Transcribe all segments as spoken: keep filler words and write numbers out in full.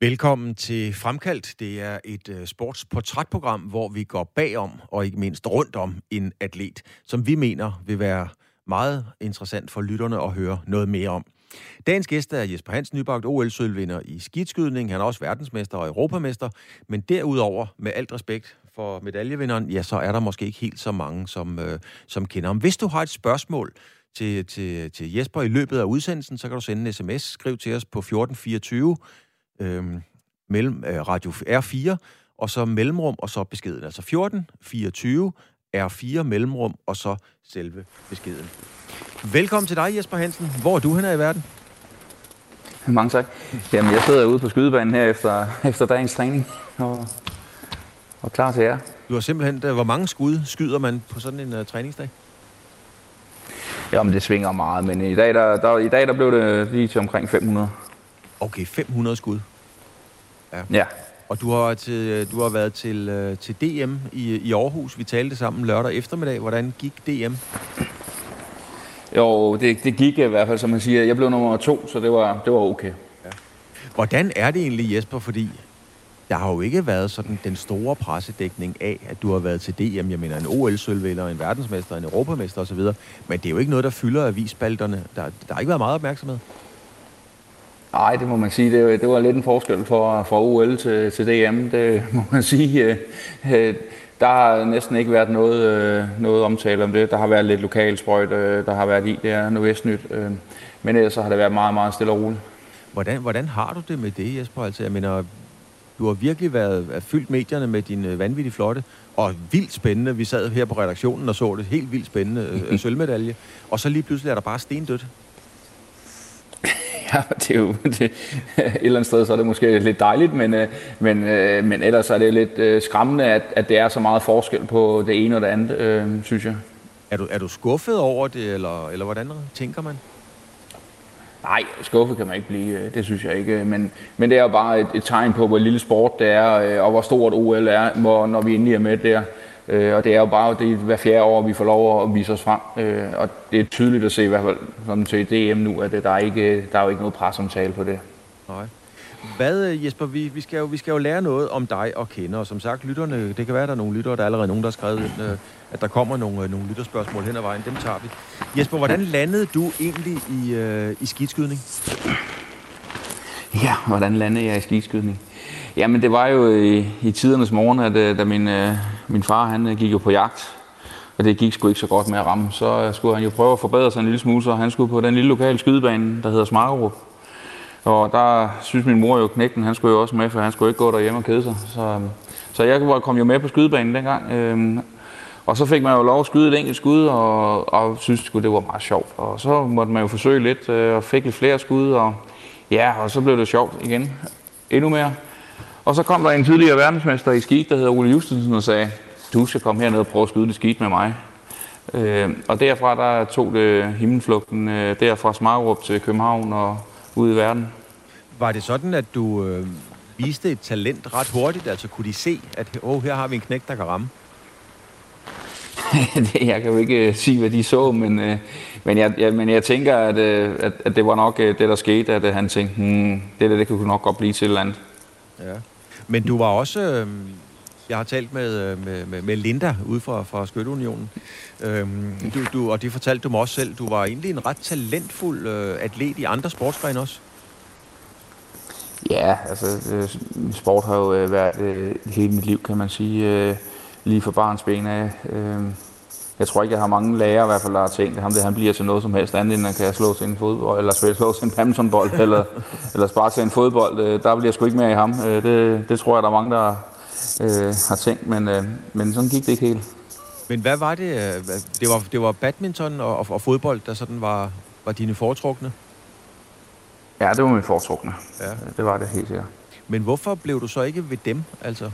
Velkommen til Fremkaldt. Det er et uh, sportsportrætprogram, hvor vi går bagom og ikke mindst rundt om en atlet, som vi mener vil være meget interessant for lytterne at høre noget mere om. Dagens gæst er Jesper Hansen, nybagt O L-sølvvinder i skidskydning. Han er også verdensmester og europamester, men derudover, med alt respekt for medaljevinderen, ja, så er der måske ikke helt så mange, som, uh, som kender ham. Hvis du har et spørgsmål til, til, til Jesper i løbet af udsendelsen, så kan du sende en sms. Skriv til os på fjorten fireogtyve. Øhm, mellem øh, Radio R fire, og så mellemrum, og så beskeden. Altså fjorten fireogtyve, R fire mellemrum, og så selve beskeden. Velkommen til dig, Jesper Hansen. Hvor er du henne i verden? Mange tak. Jamen, jeg sidder ude på skydebanen her efter, efter dagens træning, og, og klar til jer. Du har simpelthen... Hvor mange skud skyder man på sådan en uh, træningsdag? Jamen, det svinger meget, men i dag der, der, i dag, der blev det lige til omkring fem hundrede. Okay, fem hundrede skud. Ja. Ja. Og du har, til, du har været til, til D M i, i Aarhus. Vi talte sammen lørdag eftermiddag. Hvordan gik D M? Jo, det, det gik i hvert fald, som man siger. Jeg blev nummer to, så det var, det var okay. Ja. Hvordan er det egentlig, Jesper? Fordi der har jo ikke været sådan den store pressedækning af, at du har været til D M. Jeg mener, en O L-sølvvinder, en verdensmester, en europamester osv. Men det er jo ikke noget, der fylder avisspalterne. Der, der har ikke været meget opmærksomhed. Nej, det må man sige. Det, det var lidt en forskel fra, fra O L til, til D M. Det må man sige. Der har næsten ikke været noget, noget omtale om det. Der har været lidt lokalsprøjt, der har været i, det er Nordvestnyt. Men ellers så har det været meget, meget stille og roligt. Hvordan, hvordan har du det med det, Jesper? Altså, jeg mener, du har virkelig været fyldt medierne med din vanvittigt flotte og vildt spændende. Vi sad her på redaktionen og så det helt vildt spændende sølvmedalje. Og så lige pludselig er der bare stendødt. Ja, det er jo det, et eller andet sted, så er det måske lidt dejligt, men, men, men ellers er det lidt skræmmende, at, at det er så meget forskel på det ene og det andet, øh, synes jeg. Er du, er du skuffet over det, eller, eller hvordan tænker man? Nej, skuffet kan man ikke blive, det synes jeg ikke, men, men det er jo bare et, et tegn på, hvor lille sport det er, og hvor stort O L er, hvor, når vi endelig er med der. Og det er jo bare det hver fjerde år, vi får lov at vise os frem. Og det er tydeligt at se, i hvert fald som til D M nu, at der er, ikke, der er jo ikke noget presomtale på det. Nej. Hvad, Jesper, vi, vi, skal jo, vi skal jo lære noget om dig og kender. Og som sagt, lytterne, det kan være, at der er nogle lyttere, der er allerede nogen, der har skrevet ind, at der kommer nogle, nogle lytterspørgsmål hen ad vejen. Dem tager vi. Jesper, hvordan landede du egentlig i, øh, i skidskydning? Ja, hvordan landede jeg i skidskydning? Jamen, det var jo i, i tidernes morgen, at da min, øh, min far han gik jo på jagt, og det gik sgu ikke så godt med at ramme. Så skulle han jo prøve at forbedre sig en lille smule, så han skulle på den lille lokale skydebane, der hedder Smarkerup. Og der synes min mor jo, knægten, han skulle jo også med, for han skulle ikke gå derhjemme og kede sig. Så, så jeg kom jo med på skydebanen dengang. Øh, og så fik man jo lov at skyde et enkelt skud, og, og synes sgu, det var meget sjovt. Og så måtte man jo forsøge lidt, øh, og fik lidt flere skud, og ja, og så blev det sjovt igen. Endnu mere. Og så kom der en tidligere verdensmester i skik, der hedder Ole Justensen, og sagde, du skal komme herned og prøve at skyde det skik med mig. Øh, og derfra der tog det himmelflugten, øh, derfra Smarkerup til København og ud i verden. Var det sådan, at du øh, viste et talent ret hurtigt? Altså kunne de se, at oh, her har vi en knægt, der kan ramme? Jeg kan jo ikke sige, hvad de så, men, øh, men, jeg, jeg, men jeg tænker, at, øh, at, at det var nok det, der skete, at han tænkte, hmm, det der det kunne nok godt blive til et eller andet. Ja. Men du var også, øh, jeg har talt med, med, med Linda ude fra, fra Skytteunionen, øh, du, du, og det fortalte du mig også selv, du var egentlig en ret talentfuld øh, atlet i andre sportsgrene også. Ja, altså sport har jo været øh, hele mit liv, kan man sige, øh, lige fra barnsben af. Øh, jeg tror ikke, jeg har mange lærere i hvert fald, der har tænkt, at ham, det, han bliver til noget som helst andet, end at kan slå til en fodbold, eller slå til en badmintonbold, eller, eller sparke til en fodbold. Øh, der bliver sgu ikke mere i ham. Øh, det, det tror jeg, der er mange, der øh, har tænkt, men, øh, men sådan gik det ikke helt. Men hvad var det? Det var, det var badminton og, og, og fodbold, der sådan var, var dine foretrukne? Ja, det var mine foretrukne. Ja. Det var det helt sikkert. Men hvorfor blev du så ikke ved dem, altså?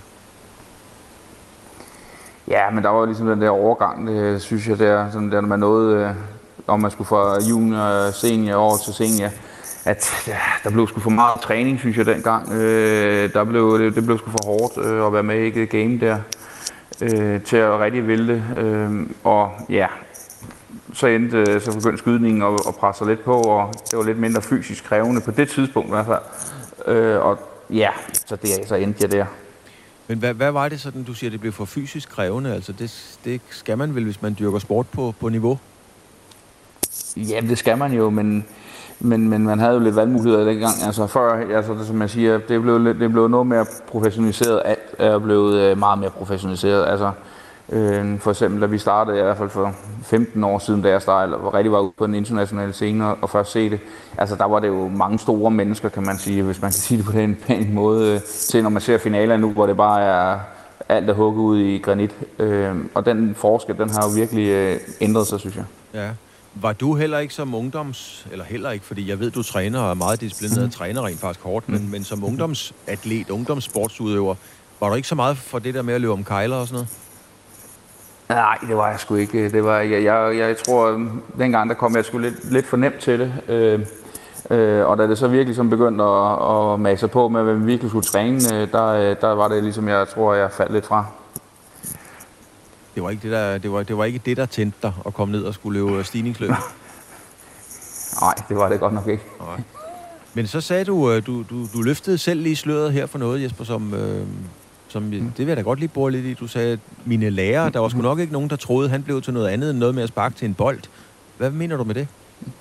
Ja, men der var jo ligesom den der overgang, det synes jeg, der, sådan der med noget, øh, om man skulle fra junior, senior over til senior, at ja, der blev sgu for meget træning, synes jeg, dengang. Øh, der blev, det, det blev sgu for hårdt øh, at være med i det game der, øh, til at rigtig ville det. Øh, og ja, så endte så begyndte skydningen at, at presse lidt på, og det var lidt mindre fysisk krævende på det tidspunkt i hvert fald. Øh, og ja, så, det, så endte jeg der. Men hvad, hvad var det sådan, du siger, det blev for fysisk krævende? Altså det, det skal man vel, hvis man dyrker sport på, på niveau? Ja, det skal man jo, men, men, men man havde jo lidt valgmuligheder dengang. Altså før, altså det, som jeg siger, det blev, det blev noget mere professionaliseret. Alt er blevet meget mere professionaliseret. Altså øh, for eksempel, da vi startede, i hvert fald for femten år siden, da jeg startede, og rigtig var ude på den internationale scene og først se det, altså der var det jo mange store mennesker, kan man sige, hvis man kan sige det på den pæne måde, til når man ser finaler nu, hvor det bare er alt er hugget ud i granit. Øh, og den forskel, den har jo virkelig øh, ændret sig, synes jeg. Ja. Var du heller ikke som ungdoms, eller heller ikke, fordi jeg ved, du træner og er meget disciplineret, mm. træner rent faktisk hårdt, mm. men, men som ungdomsatlet, ungdomssportsudøver, var du ikke så meget for det der med at løbe om kejler og sådan noget? Nej, det var jeg sgu ikke. Det var, jeg, jeg, jeg tror, dengang der kom jeg sgu lidt, lidt for nemt til det. Øh, øh, og da det så virkelig som begyndte at, at mase på med, at vi virkelig skulle træne, der, der var det ligesom, jeg tror, jeg faldt lidt fra. Det var ikke det, der, det var, det var ikke det, der tændte dig at komme ned og skulle løbe stigningsløb? Nej, det var det godt nok ikke. Nej. Men så sagde du, du, du, du løftede selv lige sløret her for noget, Jesper, som, øh, som mm. det vil jeg da godt lige bore lidt i. Du sagde, at mine lærere, der var sgu nok ikke nogen, der troede, han blev til noget andet end noget med at sparke til en bold. Hvad mener du med det?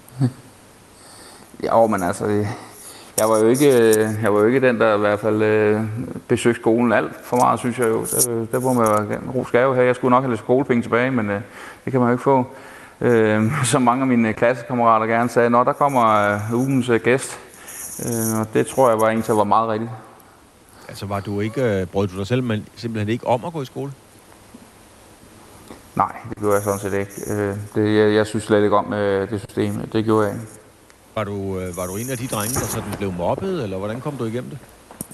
Jo, men altså, jeg var jo ikke, jeg var jo ikke den, der i hvert fald øh, besøgte skolen alt for meget, synes jeg jo. Der, der må man jo en ro skave her. Jeg skulle nok have lidt skolepenge tilbage, men øh, det kan man jo ikke få. Øh, som mange af mine klassekammerater gerne sagde, nå, der kommer øh, ugens øh, gæst. Øh, og det tror jeg var en, der var meget rigtigt. Altså, var du ikke, øh, brød du dig selv men simpelthen ikke om at gå i skole? Nej, det gjorde jeg sådan set ikke. Øh, det, jeg, jeg synes slet ikke om øh, det system. Det gjorde jeg ikke. Var du, øh, var du en af de drenge, der sådan blev mobbet, eller hvordan kom du igennem det?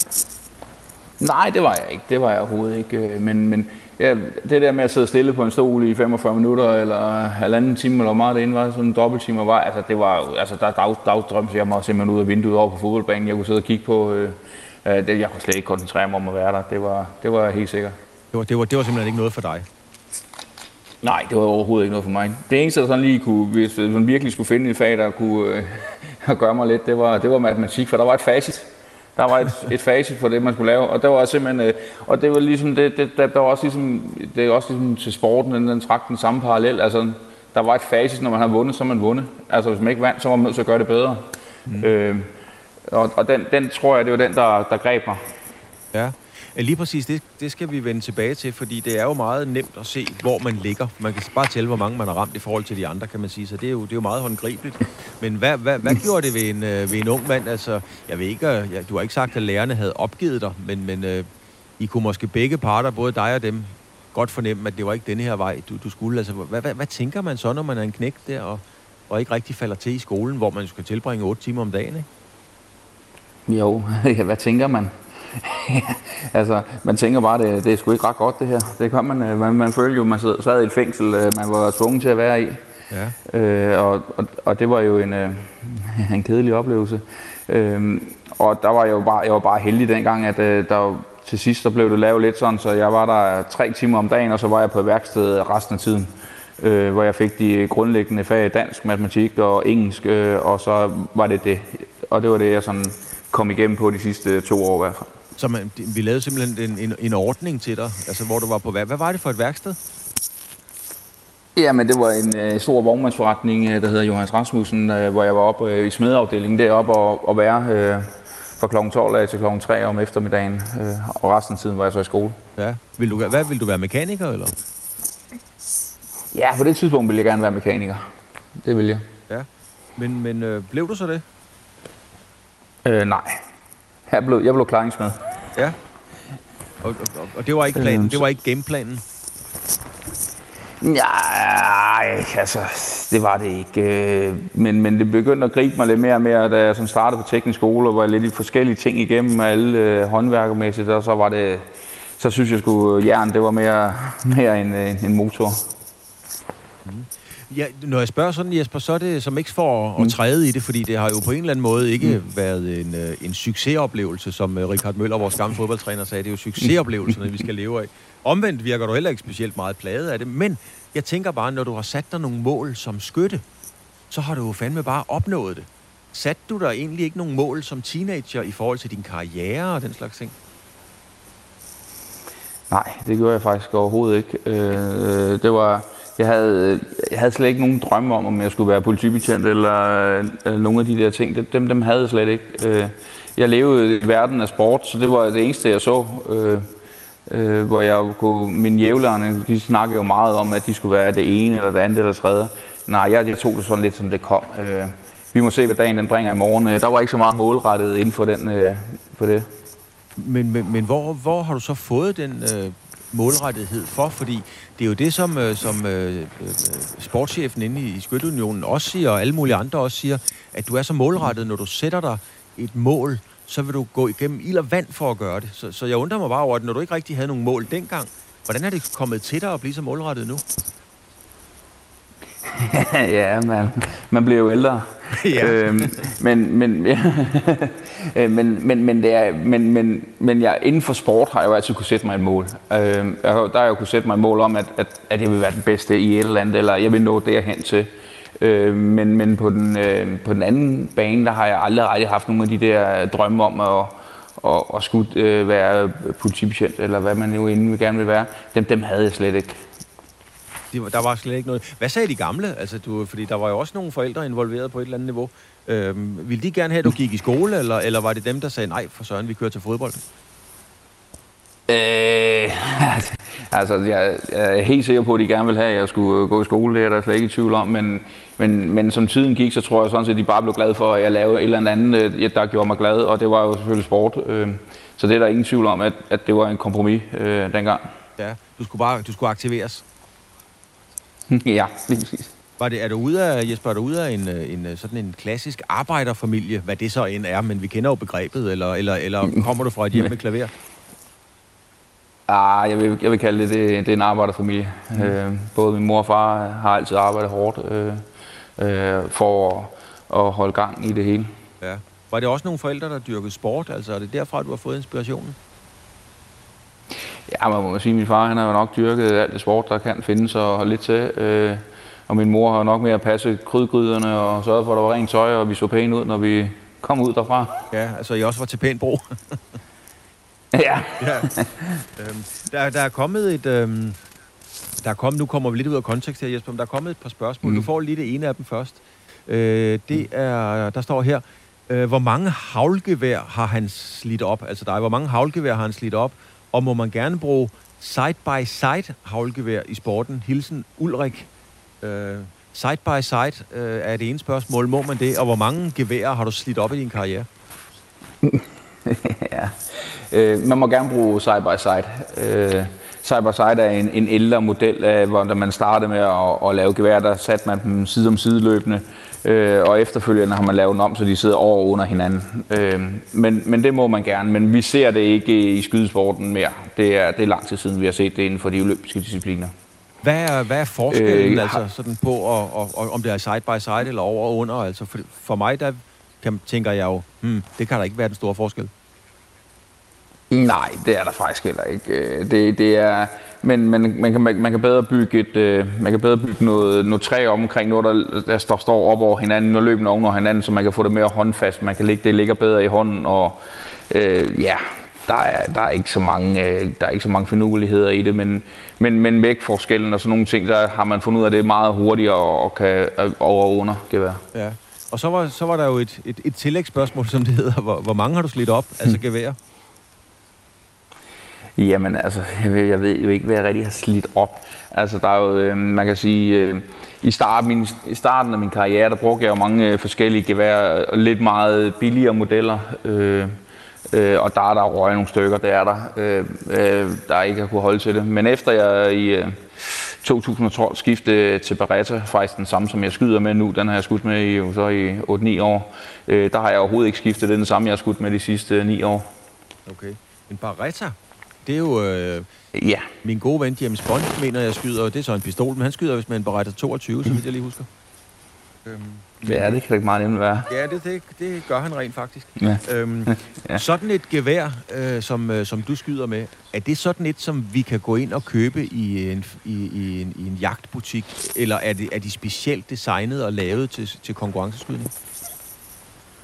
Nej, det var jeg ikke. Det var jeg overhovedet ikke. Men, men ja, det der med at sidde stille på en stol i femogfyrre minutter, eller halvanden time, eller hvor meget det inde var, sådan en dobbelttimer var, altså det var, altså der dag, dagdrømte jeg mig simpelthen ud af vinduet over på fodboldbanen. Jeg kunne sidde og kigge på, øh, det, jeg kunne slet ikke koncentrere mig om at være der. Det var, det var helt sikkert. Det var, det var, det var simpelthen ikke noget for dig? Nej, det var overhovedet ikke noget for mig. Det eneste, der sådan lige kunne, hvis man virkelig skulle finde et fag, der kunne øh, gøre mig lidt, det var, det var matematik, for der var et facit. Der var et, et facit for det, man skulle lave, og der var simpelthen, øh, og det var ligesom, det, det, der, der var også ligesom, det er også ligesom til sporten, den, den trak den samme parallel, altså, der var et facit, når man har vundet, så har man vundet. Altså, hvis man ikke vandt, så var man nødt til at gøre det bedre. Mm. Øh, og og den, den tror jeg, det var den, der, der greb mig. Ja. Lige præcis, det, det skal vi vende tilbage til, fordi det er jo meget nemt at se, hvor man ligger. Man kan bare tælle, hvor mange man har ramt i forhold til de andre, kan man sige. Så det er jo, det er jo meget håndgribeligt. Men hvad, hvad, hvad gjorde det ved en, ved en ung mand? Altså, jeg ved ikke, ja, du har ikke sagt, at lærerne havde opgivet dig, men, men øh, I kunne måske begge parter, både dig og dem, godt fornemme, at det var ikke denne her vej, du, du skulle. Altså, hvad, hvad, hvad tænker man så, når man er en knægt der, og, og ikke rigtig falder til i skolen, hvor man skal tilbringe otte timer om dagen, ikke? Jo, ja, hvad tænker man? Altså, man tænker bare, det, det er sgu ikke ret godt, det her. Det kan man, man, man følte jo, man sad, sad i et fængsel, man var tvunget til at være i. Ja. Øh, og, og, og det var jo en, øh, en kedelig oplevelse. Øh, og der var jeg jo bare, jeg var bare heldig dengang, at øh, der til sidst der blev det lavet lidt sådan, så jeg var der tre timer om dagen, og så var jeg på et værksted resten af tiden. Øh, hvor jeg fik de grundlæggende fag dansk, matematik og engelsk, øh, og så var det det. Og det var det, jeg sådan kom igennem på de sidste to år i hvert fald. Så man, vi lavede simpelthen en, en, en ordning til dig, altså hvor du var på hvad? Hvad var det for et værksted? Jamen, det var en øh, stor vognmandsforretning, der hedder Johannes Rasmussen, øh, hvor jeg var oppe øh, i smedeafdelingen deroppe og, og være øh, fra klokken tolv til klokken tre om eftermiddagen, øh, og resten af tiden var jeg så i skole. Ja. Vil du, hvad, vil du være mekaniker, eller? Ja, på det tidspunkt ville jeg gerne være mekaniker. Det ville jeg. Ja, men, men øh, blev du så det? Øh, nej. Jeg blev, jeg blev klaringsmed. Ja. Og, og, og det var ikke planen? Det var ikke gameplanen? Ja, altså, det var det ikke. Men, men det begyndte at gribe mig lidt mere og mere, da jeg sådan startede på teknisk skole, og var lidt i forskellige ting igennem, alle øh, håndværkermæssigt, og så var det, så synes jeg sgu, jern, det var mere, mere en, en motor. Mm. Ja, når jeg spørger sådan, Jesper, så er det som ikke for at, at træde i det, fordi det har jo på en eller anden måde ikke mm. været en, en succesoplevelse, som Richard Møller, vores gamle fodboldtræner, sagde. Det er jo succesoplevelsen, vi skal leve af. Omvendt virker du heller ikke specielt meget plaget af det, men jeg tænker bare, når du har sat dig nogle mål som skytte, så har du jo fandme bare opnået det. Satte du der egentlig ikke nogen mål som teenager i forhold til din karriere og den slags ting? Nej, det gjorde jeg faktisk overhovedet ikke. Øh, det var, jeg, havde, jeg havde slet ikke nogen drømme om, om jeg skulle være politibetjent eller, eller nogle af de der ting. Dem, dem havde jeg slet ikke. Øh, jeg levede i verden af sport, så det var det eneste, jeg så. Øh, øh, hvor jeg kunne, mine jævlerne, de snakkede jo meget om, at de skulle være det ene eller det andet eller det tredje. Nej, jeg, jeg tog det sådan lidt, som det kom. Øh, vi må se, hvad dagen den bringer i morgen. Der var ikke så meget målrettet inden for, den, øh, for det. Men, men, men hvor, hvor har du så fået den øh, målrettighed for? Fordi det er jo det, som, øh, som øh, sportschefen inde i, i Skytteunionen også siger, og alle mulige andre også siger, at du er så målrettet, når du sætter dig et mål, så vil du gå igennem ild og vand for at gøre det. Så, så jeg undrer mig bare over, at når du ikke rigtig havde nogen mål dengang, hvordan er det kommet til dig at blive så målrettet nu? Ja, man, man bliver jo ældre. Ja. øhm, men, men, ja, men, men, men, det er, men, men, men jeg, inden for sport har jeg jo altid kunne sætte mig et mål. Øhm, jeg, der har jeg jo kunne sætte mig et mål om, at, at, at jeg vil være den bedste i et eller andet, eller jeg vil nå derhen til. Øhm, men men på, den, øh, på den anden bane, der har jeg aldrig rigtig haft nogle af de der drømme om at, at, at skulle øh, være politibetjent, eller hvad man jo inden gerne vil være. Dem, dem havde jeg slet ikke. Der var slet ikke noget. Hvad sagde de gamle? Altså, du, fordi der var jo også nogle forældre involveret på et eller andet niveau. Øhm, ville de gerne have, at du gik i skole, eller, eller var det dem, der sagde, nej, for søren, vi kører til fodbold? Øh, altså, jeg, jeg er helt sikker på, at de gerne ville have, at jeg skulle gå i skole. Det er der slet ikke i tvivl om. Men, men, men som tiden gik, så tror jeg sådan set, at de bare blev glade for, at jeg lavede et eller andet, der gjorde mig glad. Og det var jo selvfølgelig sport. Øh, så det er der ingen tvivl om, at, at det var en kompromis øh, dengang. Ja, du skulle bare du skulle aktiveres. Ja, lige præcis. Var det, er du ude af, Jesper, er du ude af en, en, sådan en klassisk arbejderfamilie, hvad det så end er, men vi kender jo begrebet, eller, eller, eller kommer du fra et hjem med klaver? Ah, jeg vil, jeg vil kalde det, det, det er en arbejderfamilie. Mm. Øh, både min mor og far har altid arbejdet hårdt øh, øh, for at, at holde gang i det hele. Ja. Var det også nogle forældre, der dyrkede sport? Altså er det derfra, du har fået inspirationen? Ja, man må sige, at min far han har jo nok dyrket alt det sport, der kan findes og lidt til. Øh, og min mor har nok med at passe krydgryderne og sørge for, at der var rent tøj, og vi så pæne ud, når vi kom ud derfra. Ja, altså I også var til pænt brug. Ja. Ja. Øhm, der, der er kommet et... Øhm, der er kommet, nu kommer vi lidt ud af kontekst her, Jesper, men der er kommet et par spørgsmål. Mm. Du får lige det ene af dem først. Øh, det er... Der står her... Øh, hvor mange haglgevær har han slidt op? Altså dig, hvor mange haglgevær har han slidt op? Og må man gerne bruge side-by-side haglgevær i sporten? Hilsen Ulrik. Øh, side-by-side øh, er det ene spørgsmål. Må man det? Og hvor mange geværer har du slidt op i din karriere? Ja. Øh, man må gerne bruge side-by-side. Øh, side-by-side er en, en ældre model af, hvor man startede med at, at lave gevær. Der satte man dem side om side løbende. Øh, og efterfølgende har man lavet dem om, så de sidder over under hinanden. Øh, men, men det må man gerne. Men vi ser det ikke i skydesporten mere. Det er, det er lang tid siden, vi har set det inden for de olympiske discipliner. Hvad er, hvad er forskellen øh, altså, sådan på, og, og, og, om det er side by side eller over og under? Altså for, for mig, der kan, tænker jeg jo, hmm, det kan der ikke være den store forskel. Nej, det er der faktisk heller ikke. Det, det er, men man, man, kan, man kan bedre bygge et, man kan bedre bygge noget, noget træ omkring noget, der, der står, står op over hinanden, og løbende oven over hinanden, så man kan få det mere håndfast. Man kan lægge det ligger bedre i hånden, og øh, ja, der er, der er ikke så mange, øh, der er ikke så mange finurligheder i det, men, men, men vægtforskellen og sådan nogle ting, der har man fundet ud af, det er meget hurtigere og kan over og under gevær. Ja. Og så var, så var der jo et, et, et tillægsspørgsmål, som det hedder. Hvor, hvor mange har du slidt op, altså gevær? Jamen altså, jeg ved, jeg ved jo ikke, hvad jeg rigtig har slidt op. Altså der er jo, øh, man kan sige, øh, i, start, min, i starten af min karriere, der brugte jeg jo mange øh, forskellige gevær, og lidt meget billigere modeller. Øh, øh, og der er der røget nogle stykker, det er der, øh, øh, der ikke har kunne holde til det. Men efter jeg i øh, to tusind og tolv skiftede til Beretta, faktisk den samme, som jeg skyder med nu, den har jeg skudt med i, så i otte ni år, øh, der har jeg overhovedet ikke skiftet, det er den samme, jeg har skudt med de sidste ni år. Okay, en Beretta? Det er jo øh, ja. Min gode ven James Bond, mener jeg skyder, og det er så en pistol, men han skyder vist med en Beretta toogtyve, så vidt jeg lige husker. Øhm, ja, det kan da ikke meget nemt være. Ja, det, det, det gør han rent faktisk. Ja. Øhm, ja. Sådan et gevær, øh, som, øh, som du skyder med, er det sådan et, som vi kan gå ind og købe i en, i, i en, i en jagtbutik, eller er, det, er de specielt designet og lavet til, til konkurrenceskydning?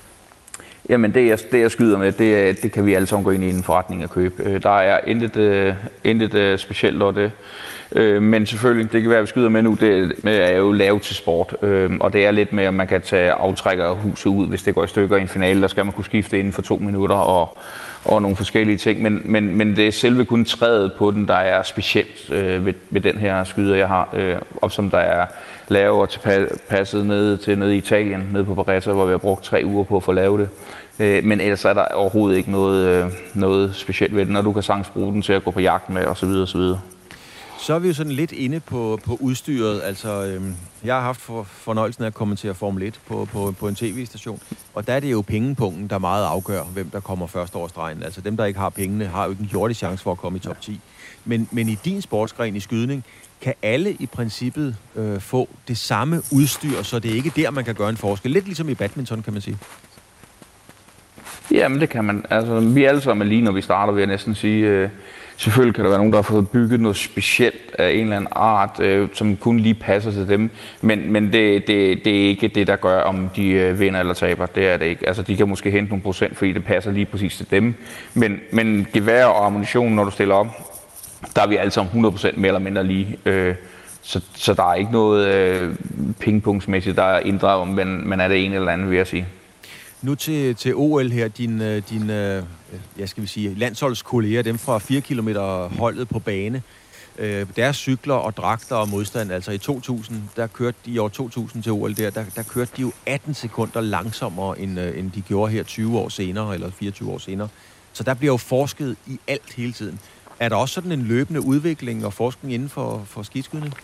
Jamen det jeg, det, jeg skyder med, det, det kan vi alle sammen gå ind i en forretning og købe. Der er intet, uh, intet uh, specielt over det. Uh, men selvfølgelig, det kan være, at vi skyder med nu, det er jo lavet til sport. Uh, og det er lidt med, at man kan tage aftrækker af huset ud, hvis det går i stykker i en finale. Der skal man kunne skifte inden for to minutter og, og nogle forskellige ting. Men, men, men det er selve kun træet på den, der er specielt uh, ved, ved den her skyder, jeg har. Uh, og som der er lavet og tilpasset ned til nede i Italien, nede på Barretta, hvor vi har brugt tre uger på at få lavet det. Men ellers er der overhovedet ikke noget, noget specielt ved den, og du kan sagtens bruge den til at gå på jagt med, osv. osv. Så er vi jo sådan lidt inde på, på udstyret. Altså, øhm, jeg har haft for, fornøjelsen af at kommentere Formel et på, på, på en tv-station, og der er det jo pengepunkten, der meget afgør, hvem der kommer først over stregen. Altså dem, der ikke har pengene, har jo ikke en jordig chance for at komme i top ti. Men, men i din sportsgren i skydning, kan alle i princippet øh, få det samme udstyr, så det er ikke der, man kan gøre en forskel. Lidt ligesom i badminton, kan man sige. Jamen, det kan man. Altså, vi er alle sammen lige, når vi starter, vil jeg næsten sige. Øh, selvfølgelig kan der være nogen, der har fået bygget noget specielt af en eller anden art, øh, som kun lige passer til dem. Men, men det, det, det er ikke det, der gør, om de øh, vinder eller taber. Det er det ikke. Altså, de kan måske hente nogle procent, fordi det passer lige præcis til dem. Men, men gevær og ammunition, når du stiller op, der er vi alle sammen hundrede procent mere eller mindre lige. Øh, så, så der er ikke noget øh, pingpongsmæssigt, der er inddraget om, men, men er det en eller anden, vil jeg sige. Nu til, til O L her, din, din jeg skal vi sige, landsholdskolleger, dem fra fire kilometer holdet på bane, øh, deres cykler og dragter og modstand, altså i to tusind, der kørte de i år to tusind til O L der, der, der kørte de jo atten sekunder langsommere, end, end de gjorde her tyve år senere, eller fireogtyve år senere. Så der bliver jo forsket i alt hele tiden. Er der også sådan en løbende udvikling og forskning inden for, for skidskydning?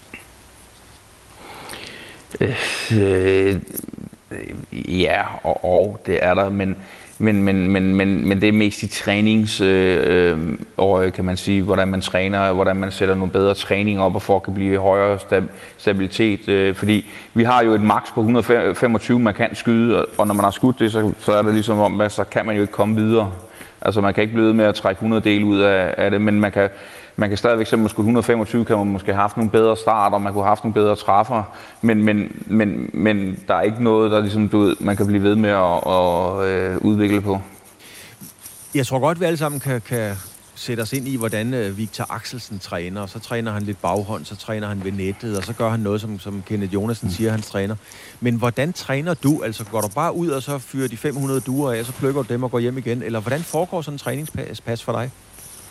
Øh, ja, og, og det er der, men, men, men, men, men, men det er mest i trænings, øh, og kan man sige, hvordan man træner, hvordan man sætter nogle bedre træning op, og for at kan blive højere stab- stabilitet. Øh, fordi vi har jo et maks på et hundrede og femogtyve, man kan skyde, og når man har skudt det, så, så er det ligesom om, at så kan man jo ikke komme videre. Altså man kan ikke blive med at trække hundrede del ud af, af det, men man kan, man kan stadigvæk se, at et hundrede og femogtyve kan man måske have haft nogle bedre starter, man kunne have haft nogle bedre træffer, men, men, men, men der er ikke noget, der ligesom, du ved, man kan blive ved med at, at øh, udvikle på. Jeg tror godt, vi alle sammen kan, kan sætte os ind i, hvordan øh, Victor Axelsen træner. Så træner han lidt baghånd, så træner han ved nettet, og så gør han noget, som, som Kenneth Jonassen siger, han træner. Men hvordan træner du? Altså går du bare ud, og så fyrer de fem hundrede duer af, og så plukker du dem og går hjem igen? Eller hvordan foregår sådan en træningspas for dig?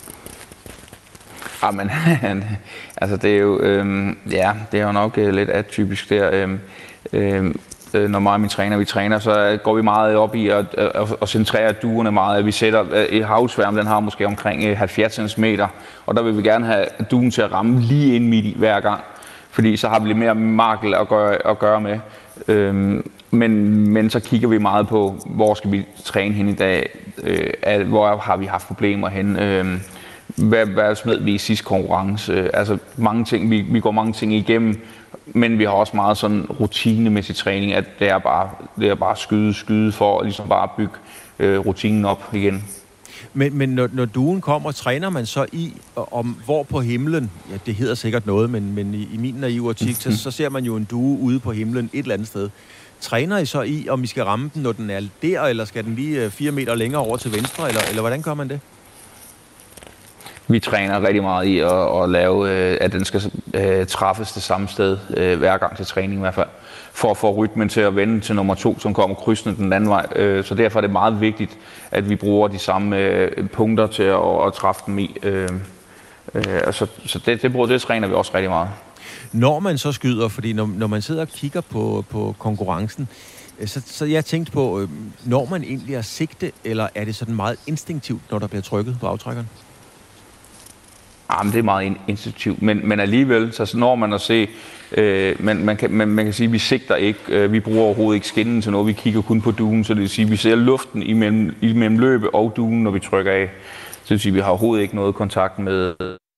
Jamen, altså det er jo, øh, ja, det er jo nok øh, lidt atypisk der. Øh, øh, Når mig og min træner, vi træner, så går vi meget op i at, at, at centrere duerne meget. Vi sætter et havsværm, den har måske omkring halvfjerds centimeter, og der vil vi gerne have duen til at ramme lige ind midt i hver gang, fordi så har vi lidt mere markel at gøre, at gøre med. Øhm, men, men så kigger vi meget på, hvor skal vi træne hen i dag, øh, hvor har vi haft problemer hen, øh, hvad, hvad smed vi i sidste konkurrence. Øh, altså mange ting, vi, vi går mange ting igennem, men vi har også meget sådan rutinemæssig træning, at det er bare, det er bare skyde, skyde for at ligesom bare bygge øh, rutinen op igen. Men, men når, når duen kommer, træner man så i, om hvor på himlen, ja det hedder sikkert noget, men, men i, i min naive optik, så, så ser man jo en due ude på himlen et eller andet sted. Træner I så i, om I skal ramme den, når den er der, eller skal den lige fire meter længere over til venstre, eller, eller hvordan gør man det? Vi træner rigtig meget i at, at lave, at den skal uh, træffes det samme sted uh, hver gang til træning i hvert fald, for at få rytmen til at vende til nummer to, som kommer krydsende den anden vej. Uh, så derfor er det meget vigtigt, at vi bruger de samme uh, punkter til at, at træffe dem i. Uh, uh, så så det, det, bruger, det træner vi også rigtig meget. Når man så skyder, fordi når, når man sidder og kigger på, på konkurrencen, så, så jeg tænkte på, øh, når man egentlig er sigte, eller er det sådan meget instinktivt, når der bliver trykket på aftrækkeren? Jamen, det er meget instinktivt, men, men alligevel, så når man at se, øh, man, man, kan, man, man kan sige, at vi sigter ikke, øh, vi bruger overhovedet ikke skinnen til noget, vi kigger kun på duen, så det vil sige, at vi ser luften imellem, imellem løbe og duen, når vi trykker af. Så det vil sige, at vi har overhovedet ikke noget kontakt med...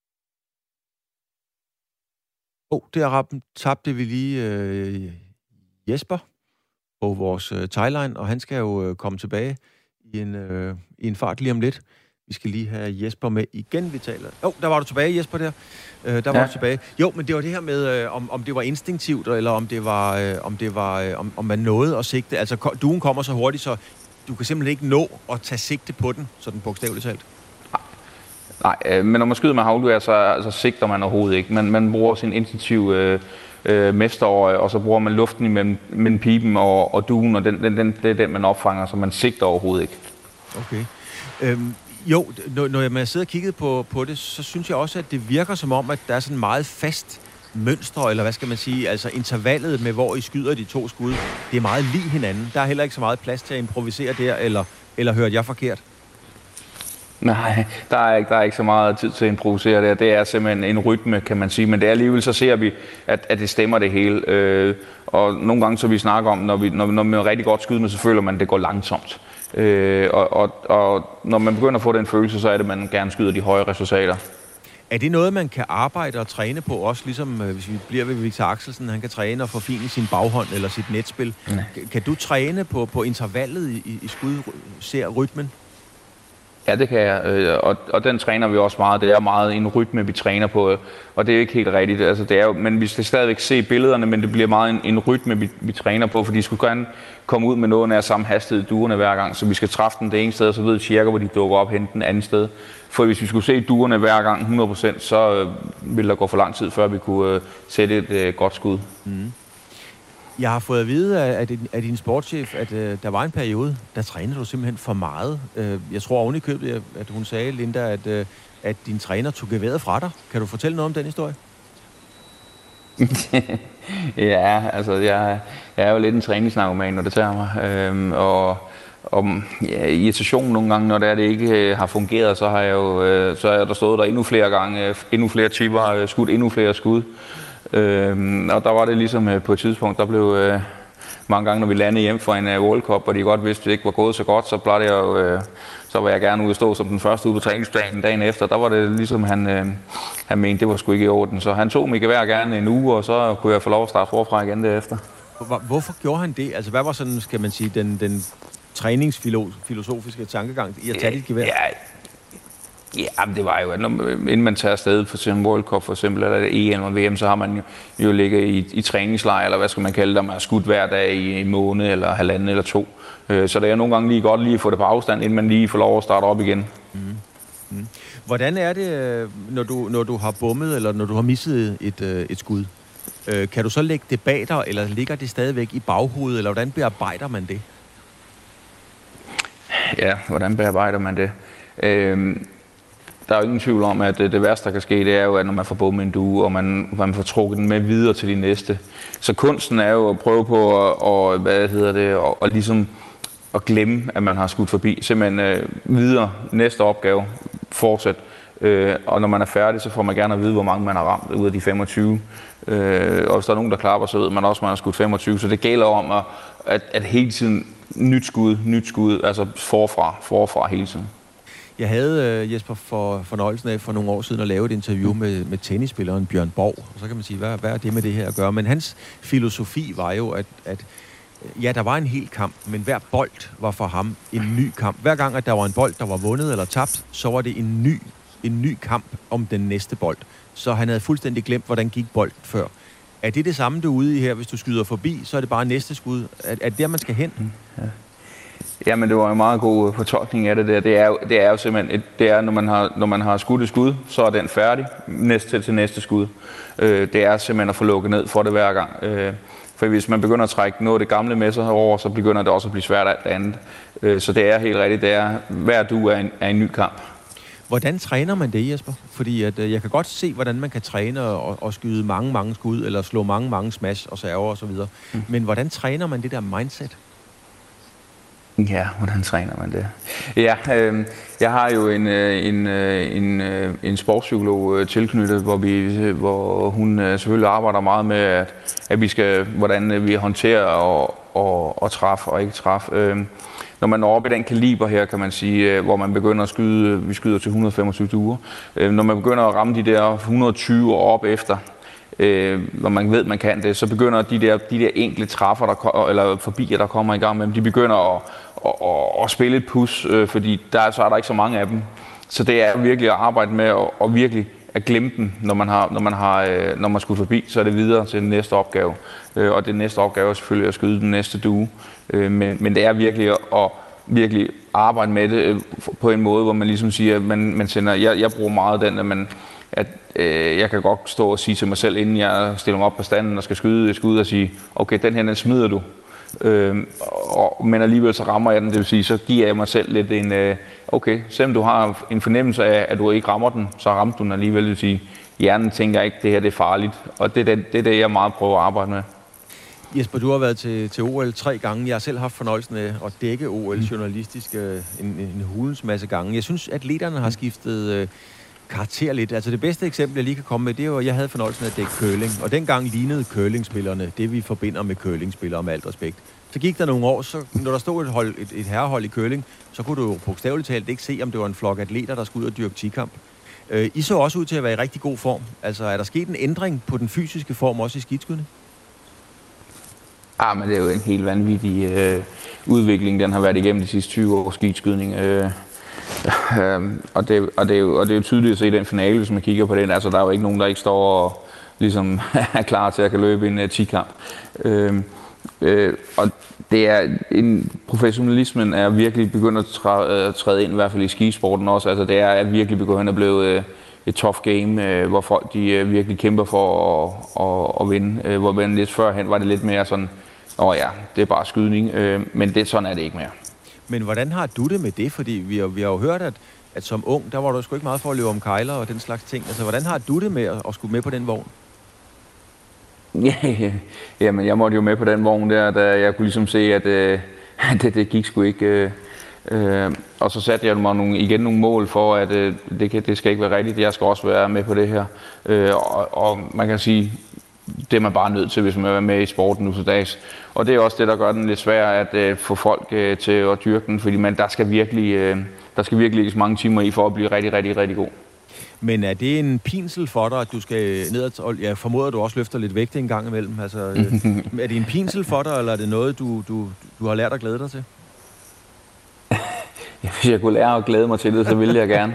Åh, oh, der tabte vi lige øh, Jesper på vores øh, timeline, og han skal jo øh, komme tilbage i en, øh, i en fart lige om lidt. Vi skal lige have Jesper med igen, vi taler. Åh, oh, der var du tilbage, Jesper, der. Øh, der var ja. du tilbage. Jo, men det var det her med, øh, om, om det var instinktivt, eller om det var, øh, om det var, øh, om, om man nåede at sigte. Altså, duen kommer så hurtigt, så du kan simpelthen ikke nå at tage sigte på den, sådan bogstaveligt talt. Nej, øh, men når man skyder med haglgevær, så altså, sigter man overhovedet ikke. Man, man bruger sin instinktive øh, øh, mesterår, og så bruger man luften imellem, mellem piben og, og duen, og den, den, den, det er den, man opfanger, så man sigter overhovedet ikke. Okay. Øhm, jo, når, når jeg sidder og kigger på, på det, så synes jeg også, at det virker som om, at der er sådan meget fast mønster, eller hvad skal man sige, altså intervallet med, hvor I skyder de to skud, det er meget lig hinanden. Der er heller ikke så meget plads til at improvisere der, eller, eller hørte jeg forkert? Nej, der er, ikke, der er ikke så meget tid til at improvisere der. Det er simpelthen en rytme, kan man sige. Men det er alligevel, så ser vi, at, at det stemmer det hele. Øh, og nogle gange, så vi snakker om, når vi når, når man er rigtig godt skyder med, så føler man, at det går langsomt. Øh, og, og, og når man begynder at få den følelse, så er det, at man gerne skyder de høje resultater. Er det noget, man kan arbejde og træne på, også ligesom øh, hvis vi bliver ved Victor Axelsen, han kan træne og forfine sin baghånd eller sit netspil? Nej. Kan du træne på, på intervallet i, i skud, ser rytmen? Ja, det kan jeg, og, og den træner vi også meget. Det er meget en rytme, vi træner på, og det er ikke helt rigtigt. Altså, det er jo, men vi skal stadigvæk se billederne, men det bliver meget en, en rytme, vi, vi træner på, fordi de skulle gerne komme ud med noget af samme hastighed duerne hver gang, så vi skal træffe den det ene sted, og så ved vi cirka, hvor de dukker op hen den anden sted. For hvis vi skulle se duerne hver gang hundrede procent, så øh, ville der gå for lang tid, før vi kunne øh, sætte et øh, godt skud. Mm. Jeg har fået at vide af, din, af din sportschef, at øh, der var en periode, der trænede du simpelthen for meget. Øh, jeg tror oven i købet, at hun sagde, Linda, at, øh, at din træner tog geværet fra dig. Kan du fortælle noget om den historie? Ja, altså jeg, jeg er jo lidt en træningsnarkoman, når det tager mig. Øhm, og og ja, irritation nogle gange, når det, er, det ikke øh, har fungeret, så har jeg jo øh, så er der stået der endnu flere gange, øh, endnu flere chipper, øh, skudt endnu flere skud. Øhm, og der var det ligesom øh, på et tidspunkt, der blev øh, mange gange, når vi landede hjem fra en øh, World Cup, og de godt vidste, at det ikke var gået så godt, så plejede jeg jo, øh, så var jeg gerne ude at stå som den første ude på træningsplanen dagen efter. Der var det ligesom, han, øh, han mente, det var sgu ikke i orden. Så han tog mig gevær gerne en uge, og så kunne jeg få lov at starte forfra igen derefter. Hvorfor gjorde han det? Altså hvad var sådan, skal man sige, den, den træningsfilosofiske tankegang i at tage dit gevær? Ja, ja, det var jo, at når, inden man tager afsted for eksempel World Cup for eksempel, eller E M og V M, så har man jo, jo ligget i, i træningslejr, eller hvad skal man kalde det, man har skudt hver dag i en måned, eller halvanden eller to. Så det er nogle gange lige godt lige at få det på afstand, inden man lige får lov at starte op igen. Mm. Mm. Hvordan er det, når du, når du har bommet, eller når du har misset et, et skud? Kan du så lægge det bag dig, eller ligger det stadigvæk i baghovedet, eller hvordan bearbejder man det? Ja, hvordan bearbejder man det? Øhm, der er jo ingen tvivl om, at det, det værste, der kan ske, det er jo, at når man får bommet en due, og man, man får trukket den med videre til de næste. Så kunsten er jo at prøve på at, og, hvad hedder det, og, og ligesom at glemme, at man har skudt forbi. Simpelthen øh, videre, næste opgave, fortsæt. Øh, og når man er færdig, så får man gerne at vide, hvor mange man har ramt ud af de femogtyve. Øh, og hvis der er nogen, der klapper, så ved man også, at man har skudt femogtyve. Så det gælder om, at, at, at hele tiden nyt skud, nyt skud, altså forfra, forfra hele tiden. Jeg havde, Jesper, for fornøjelsen af for nogle år siden at lave et interview med, med tennisspilleren Bjørn Borg. Og så kan man sige, hvad, hvad er det med det her at gøre? Men hans filosofi var jo, at, at ja, der var en hel kamp, men hver bold var for ham en ny kamp. Hver gang, at der var en bold, der var vundet eller tabt, så var det en ny, en ny kamp om den næste bold. Så han havde fuldstændig glemt, hvordan gik bolden før. Er det det samme, du er ude i her? Hvis du skyder forbi, så er det bare næste skud. Er, er det der, man skal hen? Ja. Jamen, det var en meget god fortolkning af det der. Det er jo, det er jo simpelthen, et, det er, når man har, når man har skudt et skud, så er den færdig. Næste til næste skud. Øh, det er simpelthen at få lukket ned for det hver gang. Øh, for hvis man begynder at trække noget af det gamle med sig herover, så begynder det også at blive svært alt det andet. Øh, så det er helt rigtigt. Det er, hver due er en, er en ny kamp. Hvordan træner man det, Jesper? Fordi at, øh, jeg kan godt se, hvordan man kan træne og, og skyde mange, mange skud, eller slå mange, mange smash og server og så videre. Mm. Men hvordan træner man det der mindset? Ja, hvordan træner man det? Ja, øh, jeg har jo en, en, en, en sportspsykolog tilknyttet, hvor, vi, hvor hun selvfølgelig arbejder meget med, at, at vi skal, hvordan vi håndterer og, og, og træffe og ikke træffe. Øh, når man når op i den kaliber her, kan man sige, hvor man begynder at skyde, vi skyder til et hundrede og femogtyve duer. Øh, når man begynder at ramme de der et hundrede og tyve og op efter, Øh, når man ved, man kan det, så begynder de der, de der enkle træffer, der, eller forbier, der kommer i gang med dem, de begynder at, at, at, at spille et pus, øh, fordi der, så er der ikke så mange af dem. Så det er virkelig at arbejde med at, at virkelig at glemme dem, når man har, når man har, når man skudt forbi, så er det videre til den næste opgave. Øh, og den næste opgave er selvfølgelig at skyde den næste due. Øh, men, men det er virkelig at virkelig arbejde med det på en måde, hvor man ligesom siger, at man, man sender, jeg, jeg bruger meget den, at, man, at øh, jeg kan godt stå og sige til mig selv, inden jeg stiller mig op på standen og skal skyde et skud og sige, okay, den her, den smider du. Øh, og, men alligevel så rammer jeg den, det vil sige, så giver jeg mig selv lidt en, øh, okay, selvom du har en fornemmelse af, at du ikke rammer den, så rammer du den alligevel, det vil sige, hjernen tænker ikke, det her det er farligt, og det er det, det, er det jeg meget prøver at arbejde med. Jesper, du har været til, til O L tre gange. Jeg har selv haft fornøjelsen af at dække O L journalistisk øh, en, en hulens masse gange. Jeg synes, at atleterne har skiftet øh, karakter lidt. Altså det bedste eksempel, jeg lige kan komme med, det er jo, at jeg havde fornøjelsen af at dække curling. Og dengang lignede curlingspillerne det, vi forbinder med curlingspillere, med alt respekt. Så gik der nogle år, så når der stod et, hold, et, et herrehold i curling, så kunne du jo bogstaveligt talt ikke se, om det var en flok atleter, der skulle ud og dyrke tikamp. Øh, I så også ud til at være i rigtig god form. Altså er der sket en ændring på den fysiske form også i skidskydning? Ah, men det er jo en helt vanvittig øh, udvikling, den har været igennem de sidste tyve år skidskydning. Øh, øh, og, det, og, det er jo, og det er jo tydeligt at se den finale, hvis man kigger på den. Altså, der er jo ikke nogen, der ikke står og ligesom er klar til at kan løbe en uh, ti-kamp. Øh, øh, og det er en, professionalismen er virkelig begyndt at træde, uh, træde ind, i hvert fald i skisporten også. Altså, det er virkelig begyndt at blive uh, et tough game, uh, hvor folk de, uh, virkelig kæmper for at, at, at vinde. Uh, hvor man lidt førhen var det lidt mere sådan, åh ja, det er bare skydning, øh, men det, sådan er det ikke mere. Men hvordan har du det med det? Fordi vi har, vi har jo hørt, at, at som ung, der var du sgu ikke meget for at løbe om kejler og den slags ting. Altså, hvordan har du det med at, at skulle med på den vogn? Ja, jamen, jeg måtte jo med på den vogn der, da jeg kunne ligesom se, at øh, det, det gik sgu ikke. Øh, øh, og så satte jeg mig nogle, igen nogle mål for, at øh, det, kan, det skal ikke være rigtigt, jeg skal også være med på det her. Øh, og, og man kan sige, det er man bare nødt til, hvis man er med i sporten nu til dags. Og det er også det, der gør den lidt svær at øh, få folk øh, til at dyrke den, fordi man, der skal virkelig øh, der skal virkelig lægges mange timer i for at blive rigtig, rigtig, rigtig god. Men er det en pinsel for dig, at du skal ned og jeg formoder, at du også løfter lidt vægt en gang imellem? Altså, øh, er det en pinsel for dig, eller er det noget, du, du, du har lært at glæde dig til? Hvis jeg kunne lære at glæde mig til det, så ville jeg gerne.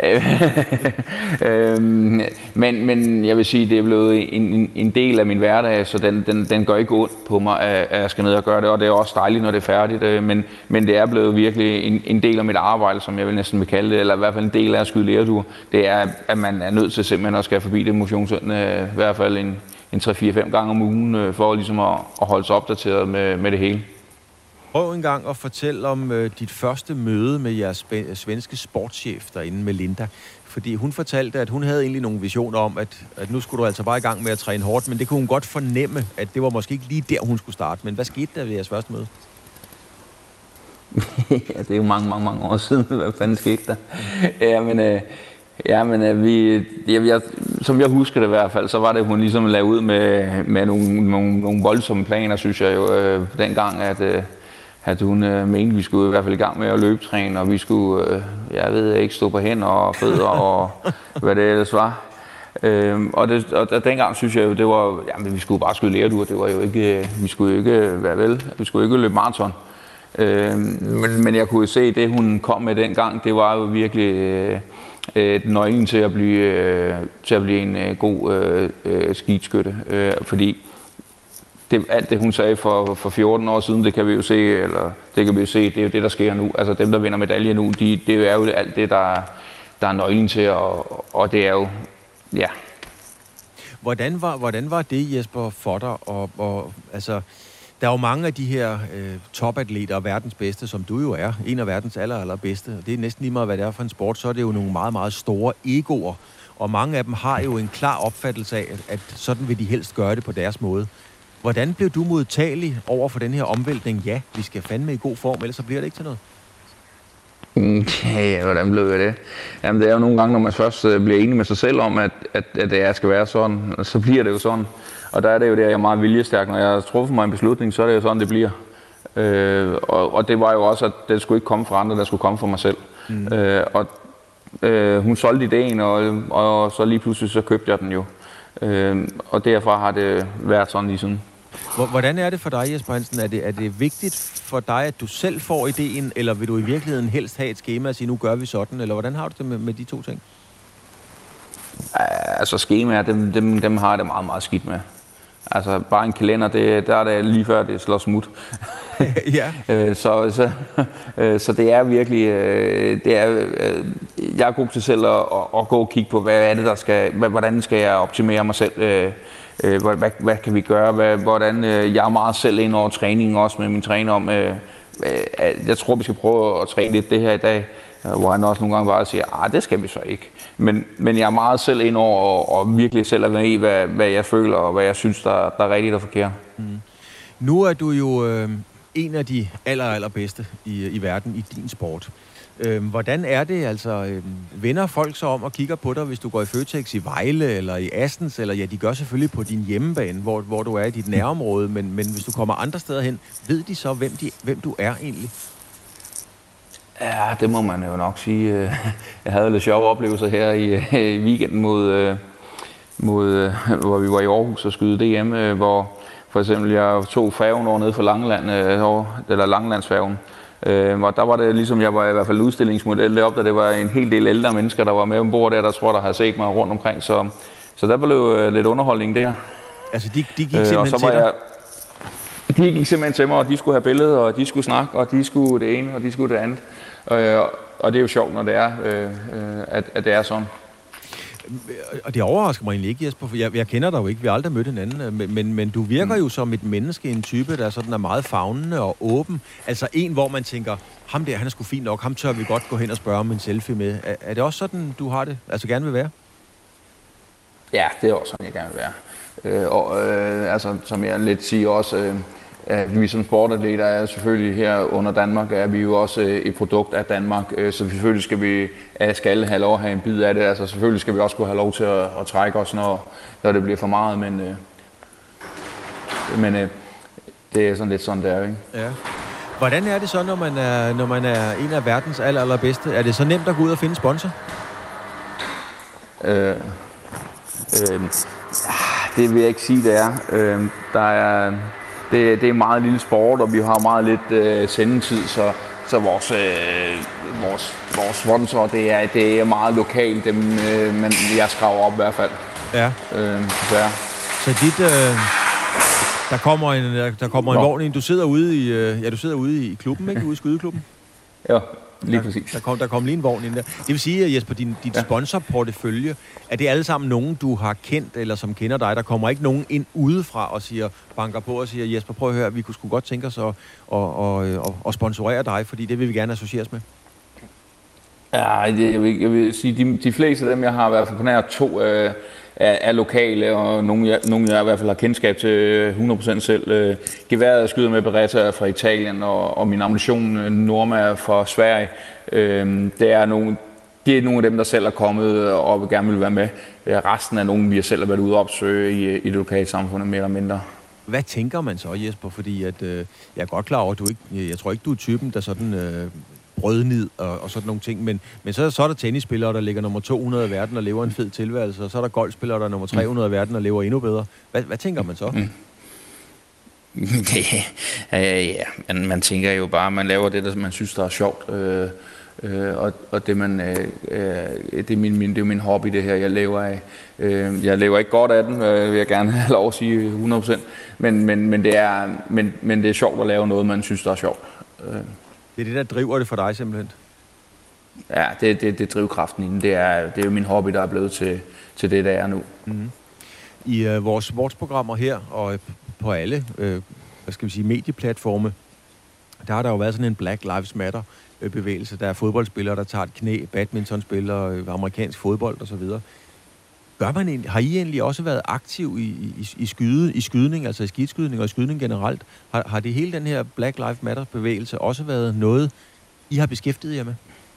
øhm, men, men jeg vil sige, at det er blevet en, en del af min hverdag, så den, den, den går ikke ondt på mig, at jeg skal ned og gøre det. Og det er også dejligt, når det er færdigt. Men, men det er blevet virkelig en, en del af mit arbejde, som jeg vil næsten vil kalde det, eller i hvert fald en del af at skyde lerdur. Det er, at man er nødt til simpelthen at skal forbi det motionscenter, i hvert fald en, en tre fire fem gange om ugen, for ligesom at, at holde sig opdateret med, med det hele. Prøv en gang at fortælle om øh, dit første møde med jeres sp- svenske sportschef derinde, Melinda. Fordi hun fortalte, at hun havde egentlig nogle visioner om, at, at nu skulle du altså bare i gang med at træne hårdt, men det kunne hun godt fornemme, at det var måske ikke lige der, hun skulle starte. Men hvad skete der ved jeres første møde? Ja, det er jo mange, mange, mange år siden. Hvad fanden skete der? Ja, men... Øh Ja, men øh, vi, jeg, jeg, som jeg husker det i hvert fald, så var det, hun ligesom lavede ud med, med nogle, nogle, nogle voldsomme planer, synes jeg jo, øh, dengang, at, øh, at hun øh, mente, vi skulle i hvert fald i gang med at løbetræne, og vi skulle, øh, jeg ved ikke, stå på hænder og fødder og hvad det ellers var. Øh, og, det, og dengang synes jeg jo, det var, jamen vi skulle bare skyde lerdur, det var jo ikke, vi skulle jo ikke være vel, vi skulle ikke løbe maraton. Øh, men, men jeg kunne se, det hun kom med dengang, det var jo virkelig... Øh, nøglen til at blive øh, til at blive en øh, god øh, øh, skiskytte, øh, fordi det, alt det hun sagde for, for fjorten år siden, det kan vi jo se, eller det kan vi jo se, det er jo det der sker nu. Altså dem der vinder medalje nu, de, det er jo alt det der der er nøglen til, og, og det er jo ja. Hvordan var hvordan var det, Jesper, for dig, og, og altså der er jo mange af de her øh, topatleter og verdens bedste, som du jo er, en af verdens aller, allerbedste. Det er næsten lige meget, hvad det er for en sport, så er det jo nogle meget, meget store egoer. Og mange af dem har jo en klar opfattelse af, at, at sådan vil de helst gøre det på deres måde. Hvordan blev du modtagelig over for den her omvæltning? Ja, vi skal fandme i god form, ellers så bliver det ikke til noget. Ja, ja, hvordan blev det? Jamen, det er jo nogle gange, når man først bliver enig med sig selv om, at, at, at det skal være sådan, så bliver det jo sådan. Og der er det jo det, jeg er meget viljestærk. Når jeg har truffet mig en beslutning, så er det jo sådan, det bliver. Øh, og, og det var jo også, at det skulle ikke komme fra andre, der skulle komme fra mig selv. Mm. Øh, og øh, hun solgte ideen, og, og så lige pludselig så købte jeg den jo. Øh, og derfra har det været sådan lige siden. Hvordan er det for dig, Jesper Hansen? Er det, er det vigtigt for dig, at du selv får ideen, eller vil du i virkeligheden helst have et skema og sige, nu gør vi sådan? Eller hvordan har du det med, med de to ting? Altså skemaer, dem, dem, dem har jeg det meget, meget skidt med. Altså bare en kalender, det, der er det lige før, det slår smut. Ja. øh, så, så, øh, så det er virkelig, øh, det er, øh, jeg er god til selv at, at gå og kigge på, hvad er det, der skal, hvordan skal jeg optimere mig selv, øh, øh, hvad, hvad, hvad kan vi gøre, hvad, hvordan, øh, jeg er meget selv ind over træningen også med min træner om, øh, øh, jeg tror, vi skal prøve at træne lidt det her i dag, hvor han også nogle gange bare siger, ah, det skal vi så ikke. Men, men jeg er meget selv ind over og, og virkelig selv er i, hvad, hvad jeg føler og hvad jeg synes, der, der er rigtigt og forkert. Mm. Nu er du jo øh, en af de aller, allerbedste i, i verden i din sport. Øh, hvordan er det, altså, øh, vender folk så om og kigger på dig, hvis du går i Føtex i Vejle eller i Assens, eller ja, de gør selvfølgelig på din hjemmebane, hvor, hvor du er i dit nærområde, men, men hvis du kommer andre steder hen, ved de så, hvem, de, hvem du er egentlig? Ja, det må man jo nok sige. Jeg havde lidt sjove oplevelser her i, i weekenden, mod, mod, hvor vi var i Aarhus og skyde D M, hvor for eksempel jeg tog færgen over nede for Langeland, eller Langelandsfærgen. Og der var det ligesom, jeg var i hvert fald udstillingsmodel deroppe, da det var en hel del ældre mennesker, der var med ombord der, der tror, der har set mig rundt omkring. Så, så der blev lidt underholdning der. Altså de, de gik simpelthen og så var til dig? Jeg, de gik simpelthen til mig, og de skulle have billeder, og de skulle snakke, og de skulle det ene, og de skulle det andet. Og, og det er jo sjovt, når det er, øh, at, at det er sådan. Og det overrasker mig egentlig ikke, Jesper, for jeg, jeg kender dig jo ikke, vi har aldrig mødt hinanden, men, men, men du virker mm. jo som et menneske, en type, der sådan er meget favnende og åben. Altså en, hvor man tænker, ham der, han er sgu fint nok, ham tør vi godt gå hen og spørge om en selfie med. Er, er det også sådan, du har det, altså gerne vil være? Ja, det er også sådan, jeg gerne vil være. Øh, og øh, altså, som jeg lidt siger også, øh, at vi som sportatleter er selvfølgelig her under Danmark, er vi jo også et produkt af Danmark, så selvfølgelig skal vi skal have lov at have en bid af det. Altså selvfølgelig skal vi også kunne have lov til at, at trække os, når, når det bliver for meget, men, men det er sådan lidt sådan, det er, ikke? Ja. Hvordan er det så, når man er, når man er en af verdens aller, allerbedste? Er det så nemt at gå ud og finde sponsor? Øh, øh, det vil jeg ikke sige, det er. Øh, der er Det, det er meget lille sport, og vi har meget lidt øh, sendetid, så, så vores, øh, vores, vores sponsor, det er, det er meget lokalt, dem øh, man, jeg skraver op i hvert fald. Ja. Øh, så. så dit, øh, der kommer en, der kommer en vogn ind, du sidder ude i, øh, ja, du sidder ude i klubben, ikke? Ude i skydeklubben? Ja. Lige præcis. Der, der, kom, der kom lige en vogn ind der. Det vil sige, Jesper, din, dit ja. sponsorportefølje, er det alle sammen nogen, du har kendt, eller som kender dig? Der kommer ikke nogen ind udefra og siger, banker på og siger, Jesper, prøv at høre, vi kunne sgu godt tænke os at, at, at, at, at sponsorere dig, fordi det vil vi gerne associeres med. Ja, jeg vil, jeg vil sige, de, de fleste af dem, jeg har i hvert fald på nær to, øh, er, er lokale, og nogle jeg, nogle, jeg i hvert fald har kendskab til hundrede procent selv. Øh, geværet skyder med Beretta fra Italien, og, og min ammunition Norma fra Sverige. Øh, det er nogle, det er nogle af dem, der selv er kommet og gerne vil være med. Resten er nogen, vi selv har været ude og opsøge i, i det lokale samfund, mere eller mindre. Hvad tænker man så, Jesper? Fordi at, øh, jeg er godt klar over, at du ikke, jeg tror ikke, du er typen, der sådan øh, brødnid og, og sådan nogle ting, men, men så, så er der tennisspillere, der ligger nummer to hundrede i verden og lever en fed tilværelse, og så er der golfspillere, der er nummer tre hundrede i verden og lever endnu bedre. Hvad, hvad tænker man så? Mm. ja, ja, man, man tænker jo bare, at man laver det, der man synes, der er sjovt. Øh, øh, og, og det, man, øh, det, er min, min, det er min hobby, det her, jeg lever af. Øh, jeg lever ikke godt af den, øh, vil jeg gerne have lov at sige hundrede procent. Men, men, men, det er, men, men det er sjovt at lave noget, man synes, der er sjovt. Øh. Det er det, der driver det for dig simpelthen? Ja, det, det, det er drivkraften i den. Det er, det er jo min hobby, der er blevet til, til det, der er nu. Mm-hmm. I øh, vores sportsprogrammer her, og på alle øh, hvad skal vi sige, medieplatforme, der har der jo været sådan en Black Lives Matter bevægelse. Der er fodboldspillere, der tager et knæ, badmintonspillere, amerikansk fodbold osv. Gør man egentlig, har I egentlig også været aktiv i, i, i, skyde, i skydning, altså i skidskydning og i skydning generelt? Har, har det hele den her Black Lives Matter bevægelse også været noget, I har beskæftiget jer med?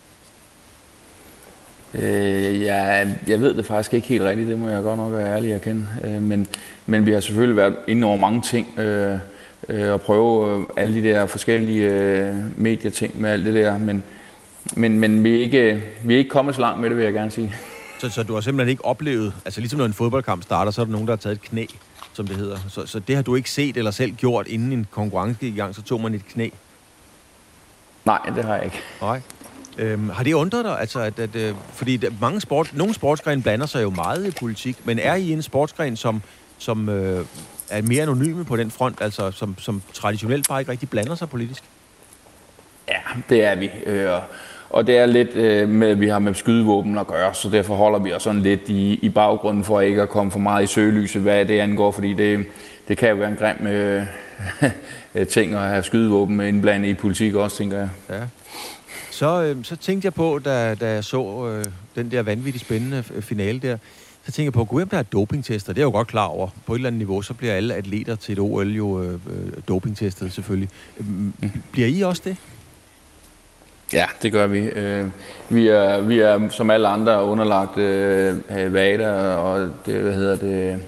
Øh, ja, jeg ved det faktisk ikke helt rigtigt, det må jeg godt nok være ærlig at kende. Øh, men, men vi har selvfølgelig været inde over mange ting, øh, øh, og prøve øh, alle de der forskellige øh, medieting med alt det der, men, men, men vi, er ikke, vi er ikke kommet så langt med det, vil jeg gerne sige. Så, så du har simpelthen ikke oplevet, altså ligesom når en fodboldkamp starter, så er der nogen, der har taget et knæ, som det hedder. Så, så det har du ikke set eller selv gjort, inden en konkurrence gik i gang, så tog man et knæ? Nej, det har jeg ikke. Nej. Øhm, har det undret dig? Altså, at, at, at, fordi der, mange sport, nogle sportsgrene blander sig jo meget i politik, men er I en sportsgren, som, som øh, er mere anonyme på den front, altså som, som traditionelt bare ikke rigtig blander sig politisk? Ja, det er vi. Øh, og det er lidt øh, med, at vi har med skydevåben at gøre, så derfor holder vi os sådan lidt i, i baggrunden for ikke at komme for meget i søgelyset, hvad det angår, fordi det, det kan jo være en grim øh, ting at have skydevåben indblandet i politik også, tænker jeg. Ja. Så, øh, så tænkte jeg på, da, da jeg så øh, den der vanvittigt spændende finale der, så tænkte jeg på, gud, om der er dopingtester. Det er jeg jo godt klar over. På et eller andet niveau, så bliver alle atleter til et O L jo øh, dopingtestet selvfølgelig. Mm. Bliver I også det? Ja, det gør vi. Øh, vi, er, vi er som alle andre underlagt øh, V A D A og det, hvad hedder det,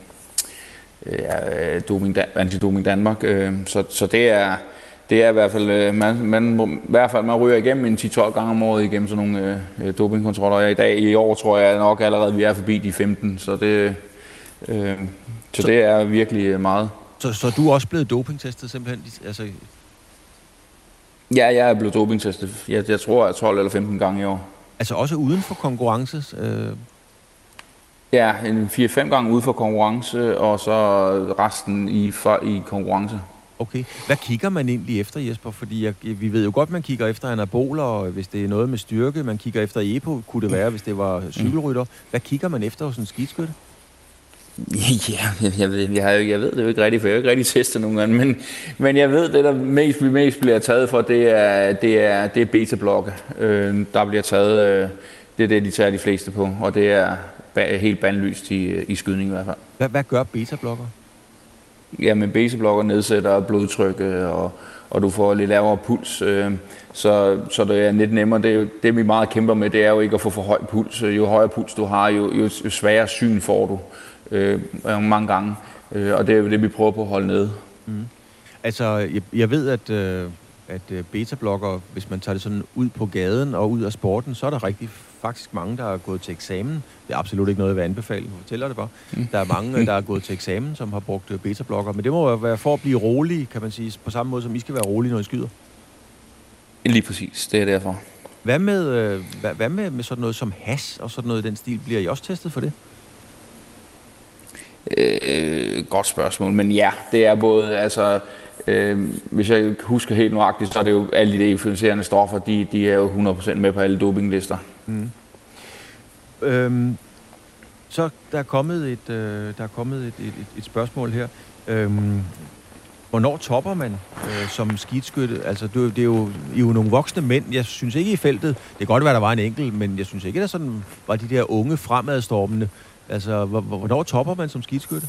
ja, doping, Antidoping Danmark. Øh, så, så det er det er i hvert fald man, man i hvert fald man ryger igennem en ti til tolv gange om året igennem sådan nogle øh, dopingkontroller. Og i dag i år tror jeg nok allerede vi er forbi de femten, så det øh, så, så det er virkelig meget. Så så du er også blevet dopingtestet simpelthen, altså? Ja, jeg er blevet dopingtestet. Jeg, jeg tror, jeg er tolv eller femten gange i år. Altså også uden for konkurrence? Øh... Ja, en fire fem gange uden for konkurrence, og så resten i, for, i konkurrence. Okay. Hvad kigger man egentlig efter, Jesper? Fordi jeg, vi ved jo godt, man kigger efter anaboler, og hvis det er noget med styrke. Man kigger efter E P O, kunne det være, hvis det var cykelrytter. Hvad kigger man efter hos en skiskytte? Ja, jeg, jeg, ved, jeg, har, jeg ved det jo ikke rigtigt, for jeg har ikke rigtig testet nogen gange, men, men jeg ved, det der mest, mest bliver taget for, det er, det er, det er beta-blokke, øh, der bliver taget, øh, det er det, de tager de fleste på, og det er ba- helt bandlyst i, i skydning i hvert fald. Hvad, hvad gør beta-blokker? Jamen, beta-blokker nedsætter blodtrykket, og, og du får lidt lavere puls, øh, så, så det er lidt nemmere. Det, er jo, det vi meget kæmper med, det er jo ikke at få for høj puls. Jo højere puls du har, jo, jo, jo sværere syn får du. Øh, mange gange, øh, og det er jo det, vi prøver på at holde nede. Mm. Altså, jeg, jeg ved, at, øh, at beta-blokker, hvis man tager det sådan ud på gaden og ud af sporten, så er der rigtig faktisk mange, der er gået til eksamen. Det er absolut ikke noget, jeg vil anbefale. Jeg fortæller det bare. Mm. Der er mange, der er gået til eksamen, som har brugt beta-blokker. Men det må jo være for at blive rolig, kan man sige, på samme måde, som I skal være rolige, når I skyder. Lige præcis, det er derfor. Hvad med, øh, hvad, hvad med, med sådan noget som hash og sådan noget i den stil? Bliver I også testet for det? Øh, godt spørgsmål, men ja, det er både, altså, øh, hvis jeg husker helt nøjagtigt, så er det jo alle de euforiserende stoffer, de, de er jo hundrede procent med på alle dopinglister. Mm. Øhm, så der er kommet et, øh, der er kommet et, et, et spørgsmål her. Øhm, hvornår topper man øh, som skidtskytte? Altså, det, det er jo, I er jo nogle voksne mænd. Jeg synes ikke i feltet, det kan godt være, der var en enkelt, men jeg synes ikke, der sådan var de der unge fremadstormende. Altså, hvornår topper man som skidtskytte?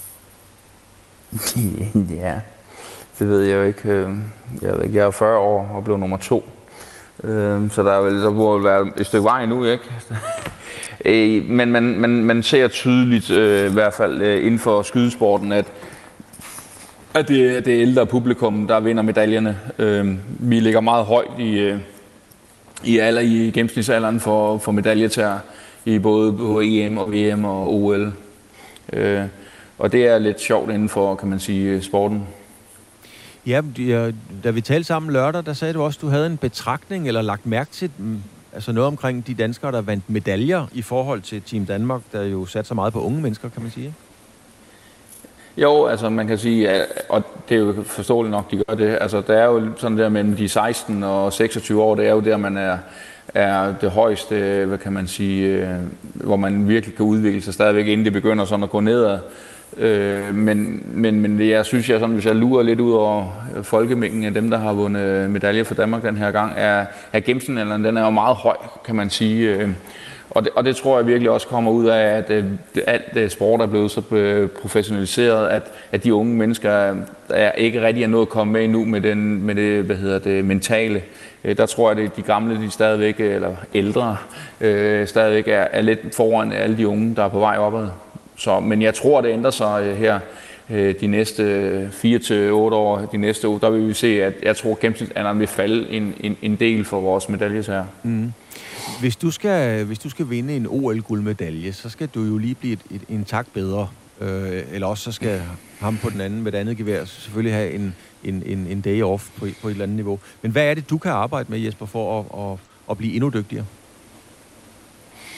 Ja, det ved jeg jo ikke. Jeg, ved ikke. Jeg er fyrre år og blev nummer to. Så der er vel, så burde være et stykke vej endnu, ikke? Men man, man, man ser tydeligt, i hvert fald inden for skydesporten, at, at det er det ældre publikum, der vinder medaljerne. Vi ligger meget højt i, i, alder, i gennemsnitsalderen for, for medaljetærer. I både på E M og V M og O L. Øh, og det er lidt sjovt inden for, kan man sige, sporten. Ja, da vi talte sammen lørdag, der sagde du også, at du havde en betragtning eller lagt mærke til altså noget omkring de danskere, der vandt medaljer i forhold til Team Danmark, der jo satte så meget på unge mennesker, kan man sige. Jo, altså man kan sige, og det er jo forståeligt nok, de gør det. Altså der er jo sådan der mellem de seksten og seksogtyve år, det er jo der, man er er det højeste, hvad kan man sige, hvor man virkelig kan udvikle sig stadigvæk, inden det begynder sådan at gå nedad. Men, men, men jeg synes, jeg sådan, hvis jeg lurer lidt ud over folkemængden af dem, der har vundet medaljer for Danmark den her gang, er, er gennemsnitsalderen, den er jo meget høj, kan man sige. Og det, og det tror jeg virkelig også kommer ud af, at øh, alt det sport er blevet så professionaliseret, at, at de unge mennesker er ikke rigtig er nået at komme med endnu med, den, med det, hvad hedder det, mentale. Øh, der tror jeg, at de gamle, de stadigvæk, eller ældre, øh, stadigvæk er, er lidt foran alle de unge, der er på vej opad. Så, men jeg tror, det ændrer sig øh, her øh, de næste fire til otte år. De næste år, der vil vi se, at jeg tror, at gennemsnitsalderen vil falde en, en, en del for vores medaljesager. Mm. Hvis du skal, hvis du skal vinde en O L-guldmedalje, så skal du jo lige blive et, et, en tak bedre. Øh, eller også så skal ham på den anden med det andet gevær selvfølgelig have en, en, en, en day off på, på et eller andet niveau. Men hvad er det, du kan arbejde med, Jesper, for at, at, at blive endnu dygtigere?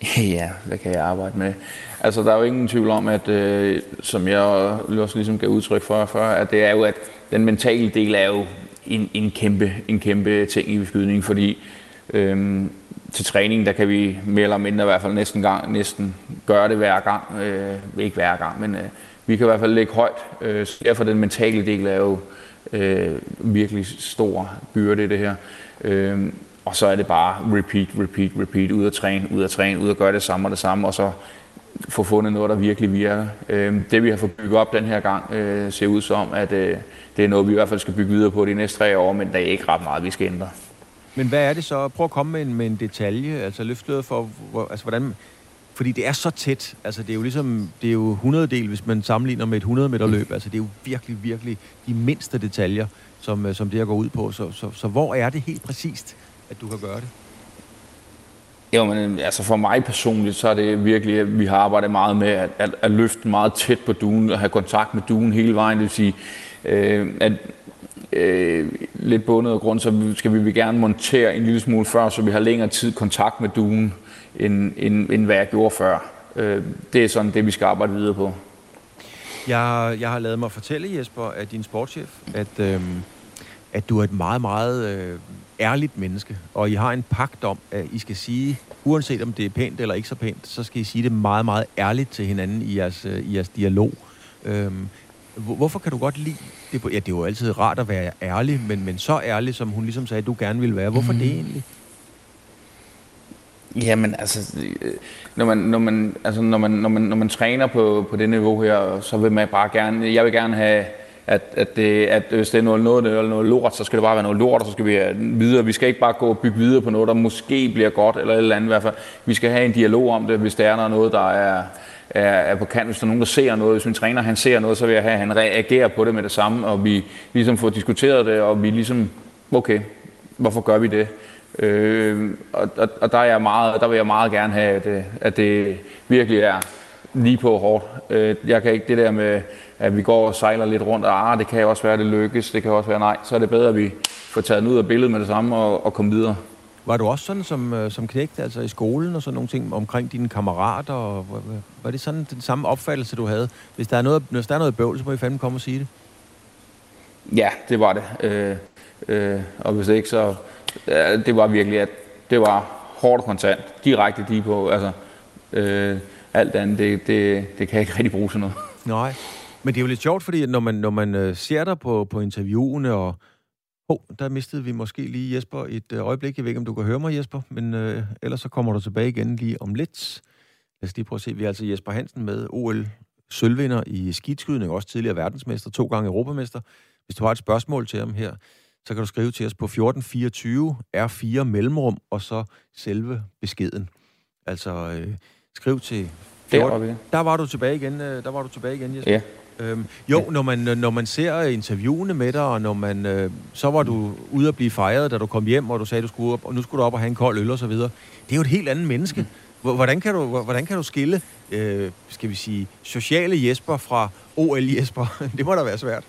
Ja, hvad kan jeg arbejde med? Altså, der er jo ingen tvivl om, at øh, som jeg også ligesom gav udtryk for før, at det er jo, at den mentale del er jo en, en, kæmpe, en kæmpe ting i skydning, fordi øh, til træning, der kan vi mere eller mindre i hvert fald næsten, gang, næsten gøre det hver gang. Øh, ikke hver gang, men øh, vi kan i hvert fald ligge højt. Øh, så derfor den mentale del er jo øh, virkelig stor byrde i det her. Øh, Og så er det bare repeat, repeat, repeat, ud at træne, ud at træne, ud at gøre det samme og det samme, og så få fundet noget, der virkelig virker. Det vi har fået bygget op den her gang, ser ud som, at det er noget, vi i hvert fald skal bygge videre på de næste tre år, men der er ikke ret meget, vi skal ændre. Men hvad er det så? Prøv at komme med en, med en detalje, altså løftsløret for, hvor, altså hvordan... Fordi det er så tæt, altså det er jo ligesom, det er jo hundrededel, hvis man sammenligner med et hundrede meter løb, altså det er jo virkelig, virkelig de mindste detaljer, som, som det her går ud på. Så, så, så hvor er det helt præcist, at du kan gøre det? Jo, men altså for mig personligt, så er det virkelig, at vi har arbejdet meget med at, at, at løfte meget tæt på dugen og have kontakt med dugen hele vejen. Det vil sige, øh, at øh, lidt bundet af grund, så skal vi gerne montere en lille smule før, så vi har længere tid kontakt med dugen, end, end, end hvad jeg gjorde før. Øh, det er sådan det, vi skal arbejde videre på. Jeg, jeg har ladet mig fortælle, Jesper, af din sportschef, at, øh, at du er et meget, meget... Øh, ærligt menneske, og I har en pagt om, at I skal sige, uanset om det er pænt eller ikke så pænt, så skal I sige det meget, meget ærligt til hinanden i jeres, i jeres dialog. Øhm, hvorfor kan du godt lide det? Ja, det er jo altid rart at være ærlig, men, men så ærlig, som hun ligesom sagde, at du gerne ville være. Hvorfor mm. det egentlig? Jamen, altså, når man, når man, altså, når man, når man, når man træner på, på det niveau her, så vil man bare gerne, jeg vil gerne have, At, at, det, at hvis det er noget, noget, eller noget lort, så skal det bare være noget lort, og så skal vi videre. Vi skal ikke bare gå og bygge videre på noget, der måske bliver godt, eller et eller andet i hvert fald. Vi skal have en dialog om det, hvis der er noget, der er, er, er på kant. Hvis der er nogen, der ser noget, hvis min træner han ser noget, så vil jeg have, at han reagerer på det med det samme, og vi ligesom får diskuteret det, og vi ligesom, okay, hvorfor gør vi det? Øh, og, og, og der, er jeg meget, der vil jeg meget gerne have, at det, at det virkelig er lige på hårdt. Øh, jeg kan ikke det der med, at vi går og sejler lidt rundt, og ah, det kan også være, det lykkes, det kan også være nej. Så er det bedre, at vi får taget den ud af billedet med det samme og, og komme videre. Var du også sådan som, som knægt, altså i skolen og sådan nogle ting omkring dine kammerater? Og, var det sådan den samme opfattelse, du havde? Hvis der er noget, hvis der er noget bøvl, så må I fandme komme og sige det. Ja, det var det. Øh, øh, og hvis ikke, så ja, det var virkelig, at det var hårdt og kontant. Direkte de på, altså øh, alt andet, det, det, det kan jeg ikke rigtig bruge sådan noget. Nej. Men det er jo lidt sjovt, fordi når man, når man øh, ser dig på, på interviewene, og oh, der mistede vi måske lige Jesper et øh, øjeblik. Jeg ved ikke, om du kan høre mig, Jesper, men øh, ellers så kommer du tilbage igen lige om lidt. Lad os lige prøve at se. Vi er altså Jesper Hansen med O L-sølvvinder i skidskydning, også tidligere verdensmester, to gange europamester. Hvis du har et spørgsmål til ham her, så kan du skrive til os på fjorten fireogtyve, R fire mellemrum, og så selve beskeden. Altså, øh, skriv til fjorten. Der, der var du tilbage igen, øh, der var du tilbage igen, Jesper. Ja. Øhm, jo, når man, når man ser interviewene med dig, og når man, øh, så var du ude at blive fejret, da du kom hjem, og du sagde, du skulle op, og nu skulle du op og have en kold øl og så videre. Det er jo et helt andet menneske. Hvordan kan du, hvordan kan du skille, øh, skal vi sige, sociale Jesper fra O L Jesper? Det må da være svært.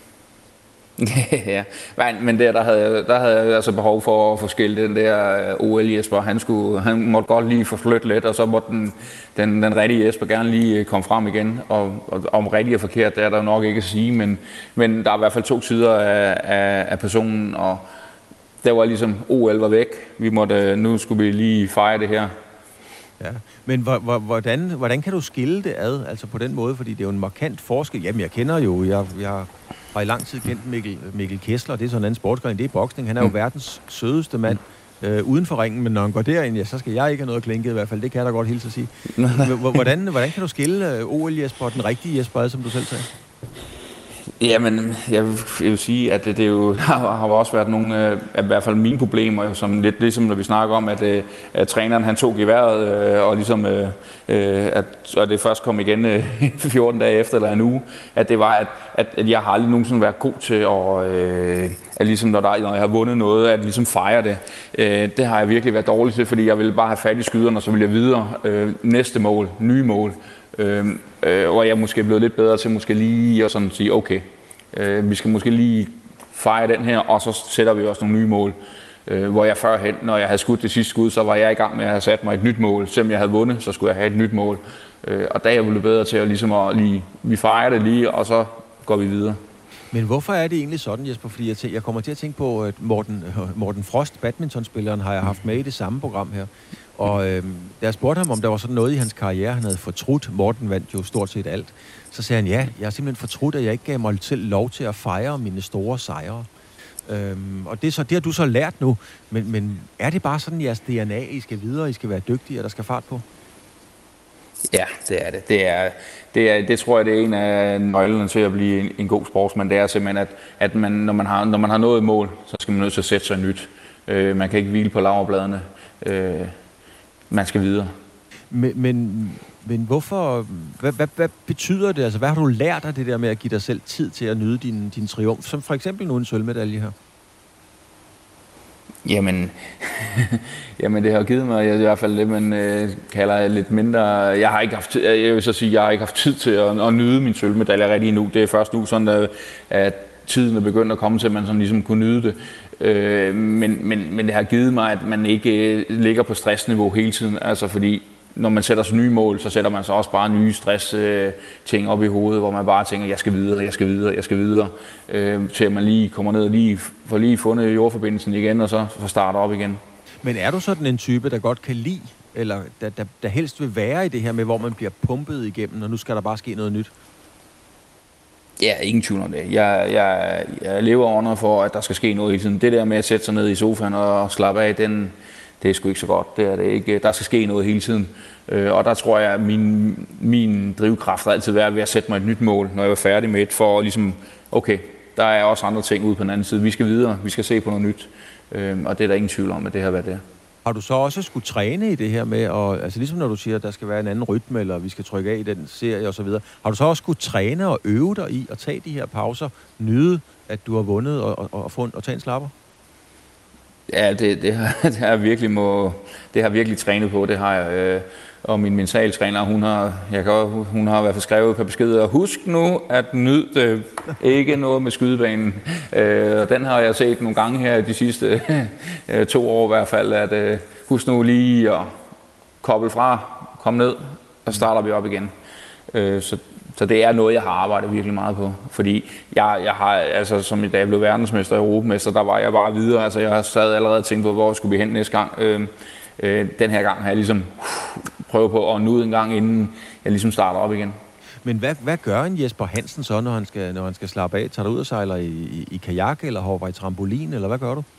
Ja, men der, der, havde, der havde jeg altså behov for at få skilt den der O L Jesper. Han, skulle, han måtte godt lige forflytte lidt, og så måtte den, den, den rigtige Jesper gerne lige komme frem igen. Og, og om rigtigt og forkert, det er der nok ikke at sige, men, men der er i hvert fald to sider af, af, af personen, og der var ligesom, O L var væk. Vi måtte, nu skulle vi lige fejre det her. Ja, men hvordan, hvordan kan du skille det ad, altså på den måde, fordi det er jo en markant forskel. Jamen, jeg kender jo, jeg, jeg har i lang tid kendt Mikkel, Mikkel Kessler, det er sådan en anden sportsgren, det er boksning. Han er jo mm. verdens sødeste mand øh, uden for ringen, men når han går derind, ja, så skal jeg ikke have noget klinket i hvert fald, det kan jeg da godt hilse at sige. Hvordan, hvordan kan du skille O L Jesper og den rigtige Jesper ad, som du selv sagde? Jamen, jeg vil, jeg vil sige, at det, det jo, der har også været nogle af i hvert fald mine problemer, som lidt ligesom når vi snakker om, at, at træneren han tog geværet, og ligesom at, at det først kom igen fjorten dage efter eller en uge, at det var, at, at, at jeg har aldrig nogensinde været god til at, at ligesom når, der, når jeg har vundet noget, at ligesom fejre det. Det har jeg virkelig været dårlig til, fordi jeg ville bare have fat i skyderne, og så ville jeg videre næste mål, nye mål. Øh, øh, og jeg er måske blevet lidt bedre til måske lige at sådan sige, okay, øh, vi skal måske lige fejre den her, og så sætter vi også nogle nye mål. Øh, hvor jeg førhen, når jeg havde skudt det sidste skud, så var jeg i gang med at have sat mig et nyt mål. Selvom jeg havde vundet, så skulle jeg have et nyt mål. Øh, og der er jeg blevet bedre til at, ligesom at lige, vi fejrer det lige, og så går vi videre. Men hvorfor er det egentlig sådan, Jesper? Fordi jeg, tæ- jeg kommer til at tænke på, at Morten, Morten Frost, badmintonspilleren, har jeg haft med i det samme program her. Og øh, da jeg spurgte ham, om der var sådan noget i hans karriere, han havde fortrudt. Morten vandt jo stort set alt. Så sagde han, ja, jeg har simpelthen fortrudt, at jeg ikke gav mig selv lov til at fejre mine store sejre. Øhm, og det, er så, det har du så lært nu. Men, men er det bare sådan jeres D N A, I skal videre, I skal være dygtige, og der skal fart på? Ja, det er det. Det, er, det, er, det tror jeg, det er en af nøglerne til at blive en, en god sportsmand. Det er simpelthen, at, at man, når, man har, når man har nået et mål, så skal man nødt til at sætte sig nyt. Øh, man kan ikke hvile på laurbladene. Øh, man skal videre. Men, men, men hvorfor... Hvad, hvad, hvad betyder det? Altså, hvad har du lært af det der med at give dig selv tid til at nyde din, din triumf? Som for eksempel nu en sølvmedalje her. Jamen, jamen, det har givet mig i hvert fald det, man øh, kalder lidt mindre... Jeg har ikke haft tid, jeg vil så sige, jeg har ikke haft tid til at, at nyde min sølvmedalje rigtig endnu. Det er først nu sådan, at, at tiden er begyndt at komme til, at man sådan ligesom kunne nyde det. Øh, men, men, men det har givet mig, at man ikke ligger på stressniveau hele tiden. Altså fordi, når man sætter sig nye mål, så sætter man så også bare nye stress øh, ting op i hovedet, hvor man bare tænker, jeg skal videre, jeg skal videre, jeg skal videre. Øh, til at man lige kommer ned og lige, får lige fundet jordforbindelsen igen, og så, så starter op igen. Men er du sådan en type, der godt kan lide, eller der, der, der helst vil være i det her med, hvor man bliver pumpet igennem, og nu skal der bare ske noget nyt? Ja, ingen tvivl om det. Jeg, jeg, jeg lever under for, at der skal ske noget hele tiden. Det der med at sætte sig ned i sofaen og slappe af, den, det er sgu ikke så godt. Det er det ikke. Der skal ske noget hele tiden. Og der tror jeg, at min, min drivkraft har altid været ved at sætte mig et nyt mål, når jeg er færdig med et, for ligesom, okay, der er også andre ting ude på den anden side. Vi skal videre, vi skal se på noget nyt. Og det er der ingen tvivl om, at det har været det. Har du så også skulle træne i det her med, og, altså ligesom når du siger, at der skal være en anden rytme, eller vi skal trykke af i den serie osv., har du så også skulle træne og øve dig i at tage de her pauser, nyde, at du har vundet og, og, og, få, og tage en slapper? Ja, det, det, har, det, har jeg virkelig må, det har jeg virkelig trænet på, det har jeg. Øh, og min mentaltræner, hun har, jeg kan, hun har i hvert fald skrevet på beskeder, husk nu at nyde det, ikke noget med skydebanen. Øh, og den har jeg set nogle gange her de sidste øh, to år i hvert fald, at øh, husk nu lige at koble fra, komme ned, og starter vi op igen. Øh, så, så det er noget, jeg har arbejdet virkelig meget på, fordi jeg, jeg har, altså som i dag jeg blev verdensmester og europamester, der var jeg bare videre, altså jeg sad allerede og tænkt på, hvor skulle vi hen næste gang. Øh, øh, den her gang har jeg ligesom prøve på at nå en gang, inden jeg ligesom starter op igen. Men hvad, hvad gør en Jesper Hansen så, når han skal, når han skal slappe af? Tager du ud og sejler i, i, i kajak, eller hopper i trampolin, eller hvad gør du?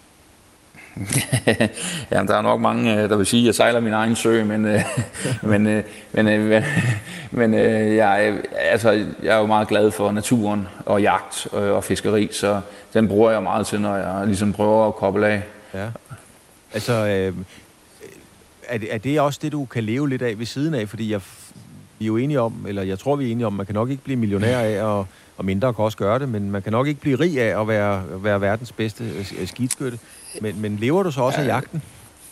Jamen, der er nok mange, der vil sige, at jeg sejler min egen sø, men, men, men, men, men jeg, altså, jeg er jo meget glad for naturen og jagt og fiskeri, så den bruger jeg meget til, når jeg ligesom prøver at koble af. Ja. Altså... Øh, Er det, er det også det, du kan leve lidt af ved siden af? Fordi jeg, vi er jo enige om, eller jeg tror, vi er enige om, man kan nok ikke blive millionær af, og, og mindre kan også gøre det, men man kan nok ikke blive rig af at være, være verdens bedste skidskytte. Men, men lever du så også af jagten?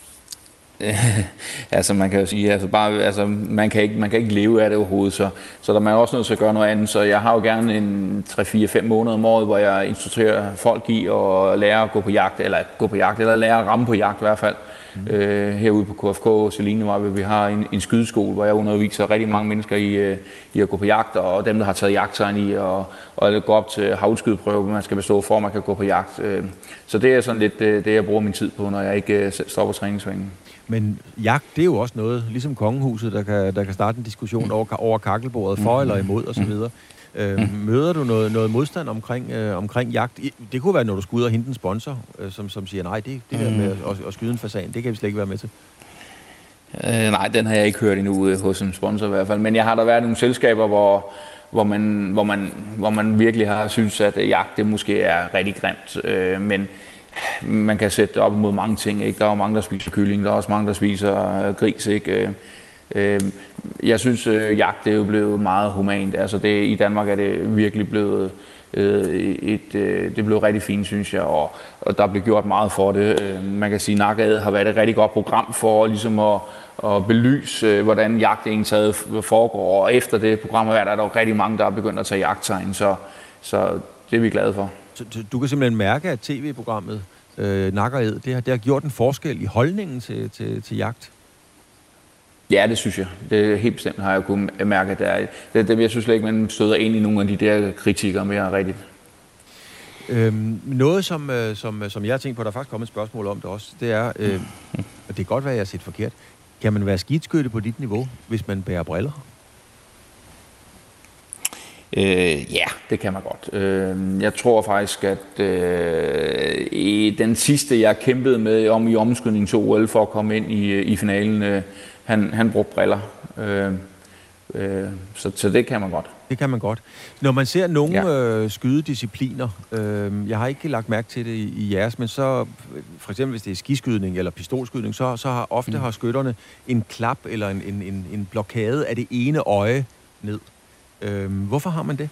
altså man kan jo sige, altså bare, altså man kan ikke, man kan ikke leve af det overhovedet, så, så der er man også nødt til at gøre noget andet. Så jeg har jo gerne en tre fire fem måneder om året, hvor jeg instruerer folk i at lære at gå på jagt, eller gå på jagt, eller lære at ramme på jagt i hvert fald. Mm. Øh, herude på K F K Selinevej, hvor vi har en, en skydeskole, hvor jeg underviser rigtig mange mennesker i, i at gå på jagt, og dem, der har taget jagttegn i, og, og gå op til havlskydeprøve, hvor man skal bestå for, at man kan gå på jagt. Så det er sådan lidt det, jeg bruger min tid på, når jeg ikke står på træningssvingen. Men jagt, det er jo også noget, ligesom kongehuset, der kan, der kan starte en diskussion over, over kakkelbordet, for eller imod osv. Øh, mm. Møder du noget, noget modstand omkring, øh, omkring jagt? Det kunne være, når du skal ud og hente en sponsor, øh, som, som siger, nej, det, det der med at, at skyde en fasan, det kan vi slet ikke være med til. Øh, nej, den har jeg ikke hørt endnu øh, hos en sponsor i hvert fald. Men jeg har der været nogle selskaber, hvor, hvor, man, hvor, man, hvor man virkelig har synes, at øh, jagt det måske er rigtig grimt. Øh, men man kan sætte det op imod mange ting. Ikke? Der er jo mange, der spiser kylling, der er også mange, der spiser øh, gris. Ikke? Øh, jeg synes, øh, jagt det er jo blevet meget humant. Altså det, i Danmark er det virkelig blevet øh, et, øh, det er blevet rigtig fint, synes jeg, og, og der blev gjort meget for det. Øh, man kan sige, at Nakkead har været et rigtig godt program for ligesom at, at belyse, øh, hvordan jagt egentlig foregår, og efter det program er der, der er rigtig mange, der er begyndt at tage jagttegn, så, så det er vi glade for. Så du kan simpelthen mærke, at tv-programmet øh, nakkered, det har, det har gjort en forskel i holdningen til, til, til jagt? Ja, det synes jeg. Det helt bestemt har jeg kunnet mærke, at det er. Det, det, jeg synes ikke, man støder ind i nogle af de der kritikere mere rigtigt. Øhm, noget, som, øh, som, som jeg har tænkt på, der er faktisk kommet et spørgsmål om det også, det er, øh, og det kan godt være, at jeg har set forkert, kan man være skidtskytte på dit niveau, hvis man bærer briller? Øh, ja, det kan man godt. Øh, jeg tror faktisk, at øh, i den sidste, jeg kæmpede med om i omskydning til O L for at komme ind i, i finalen, øh, han, han brugte briller. Øh, øh, så, så det kan man godt. Det kan man godt. Når man ser nogle ja. øh, skydediscipliner, øh, jeg har ikke lagt mærke til det i, i jeres, men så, for eksempel hvis det er skiskydning eller pistolskydning, så, så har ofte mm. har skytterne en klap eller en, en, en, en blokade af det ene øje ned. Øh, hvorfor har man det?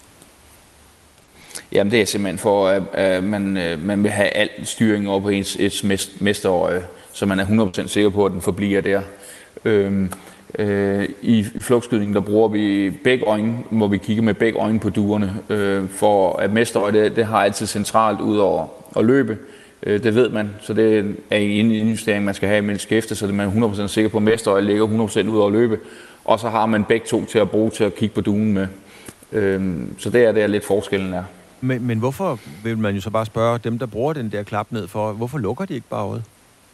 Jamen det er simpelthen for, at, at man, man vil have al styring over på ens et mesterøje, så man er hundrede procent sikker på, at den forbliver der. Øh, Øh, I flugtskydningen, der bruger vi begge øjne, hvor vi kigger med begge øjne på duerne, øh, for at mesterøje, det, det har altid centralt ud over at løbe. Øh, det ved man, så det er en indjustering, man skal have, mens skæfte, så det er man hundrede procent sikker på, at mesterøje ligger hundrede procent ud over at løbe. Og så har man begge to til at bruge til at kigge på duen med. Øh, så det er der lidt forskellen er. Men, men hvorfor vil man jo så bare spørge dem, der bruger den der klap ned for, hvorfor lukker de ikke bare øjet?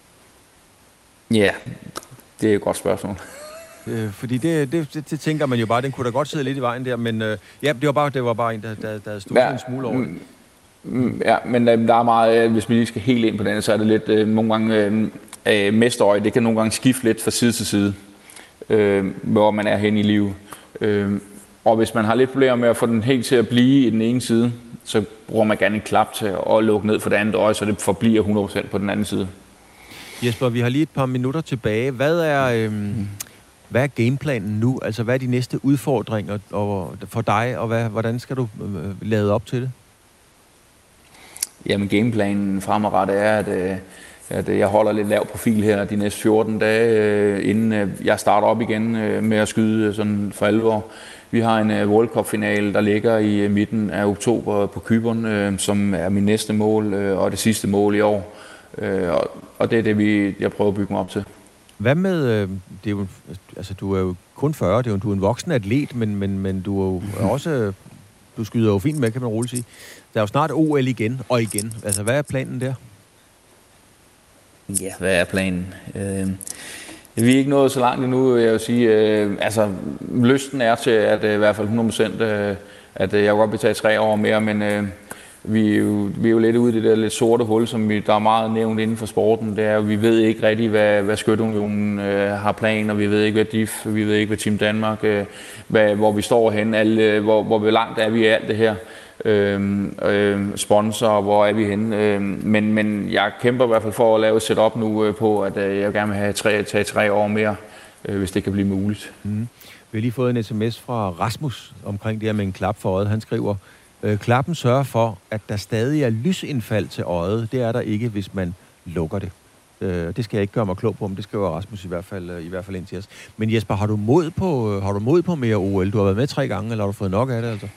Ja, det er et godt spørgsmål. Øh, fordi det, det, det, det tænker man jo bare, den kunne da godt sidde lidt i vejen der, men øh, ja, det var bare, det var bare en, der, der, der stod ja, en smule over det. Ja, men øh, der er meget, hvis vi lige skal helt ind på den, så er det lidt, øh, nogle gange, øh, mesterøje, det kan nogle gange skifte lidt fra side til side, øh, hvor man er hen i livet. Øh, og hvis man har lidt problemer med at få den helt til at blive i den ene side, så bruger man gerne en klap til at lukke ned for det andet øje, så det forbliver hundrede procent på den anden side. Jesper, vi har lige et par minutter tilbage. Hvad er... Øh... Mm. Hvad er gameplanen nu? Altså, hvad er de næste udfordringer for dig, og hvad, hvordan skal du øh, lade op til det? Jamen, gameplanen fremadrettet er, at, at jeg holder lidt lav profil her de næste fjorten dage, inden jeg starter op igen med at skyde sådan for alvor. Vi har en World Cup-finale, der ligger i midten af oktober på Cypern, som er min næste mål og det sidste mål i år. Og det er det, vi, jeg prøver at bygge mig op til. Hvad med, det er jo, altså du er jo kun fyrre, det er jo, du er en voksen atlet, men, men, men du er jo mm-hmm. også, du skyder jo fint med, kan man roligt sige. Der er jo snart O L igen og igen. Altså, hvad er planen der? Ja, hvad er planen? Øh, vi er ikke nået så langt endnu, jeg vil sige. Øh, altså, lysten er til, at øh, i hvert fald hundrede procent, øh, at øh, jeg godt vil tage tre år mere, men... Øh, Vi er, jo, vi er jo lidt ude i det der lidt sorte hul, som vi, der er meget nævnt inden for sporten. Det er jo, vi ved ikke rigtig, hvad, hvad Skytteunionen øh, har planer, vi ved ikke, hvad D I F, vi ved ikke, hvad Team Danmark, øh, hvad, hvor vi står henne, alle, hvor, hvor langt er vi i alt det her. Øh, øh, sponsor, hvor er vi henne. Øh, men, men jeg kæmper i hvert fald for at lave et setup nu øh, på, at øh, jeg gerne vil have tre, tage tre år mere, øh, hvis det kan blive muligt. Mm. Vi har lige fået en sms fra Rasmus omkring det her med en klap for øjet. Han skriver... Klappen sørger for, at der stadig er lysindfald til øjet. Det er der ikke, hvis man lukker det. Det skal jeg ikke gøre mig klog på, men det skriver Rasmus i hvert fald, i hvert fald ind til os. Men Jesper, har du mod på, har du mod på mere O L? Du har været med tre gange, eller har du fået nok af det, altså?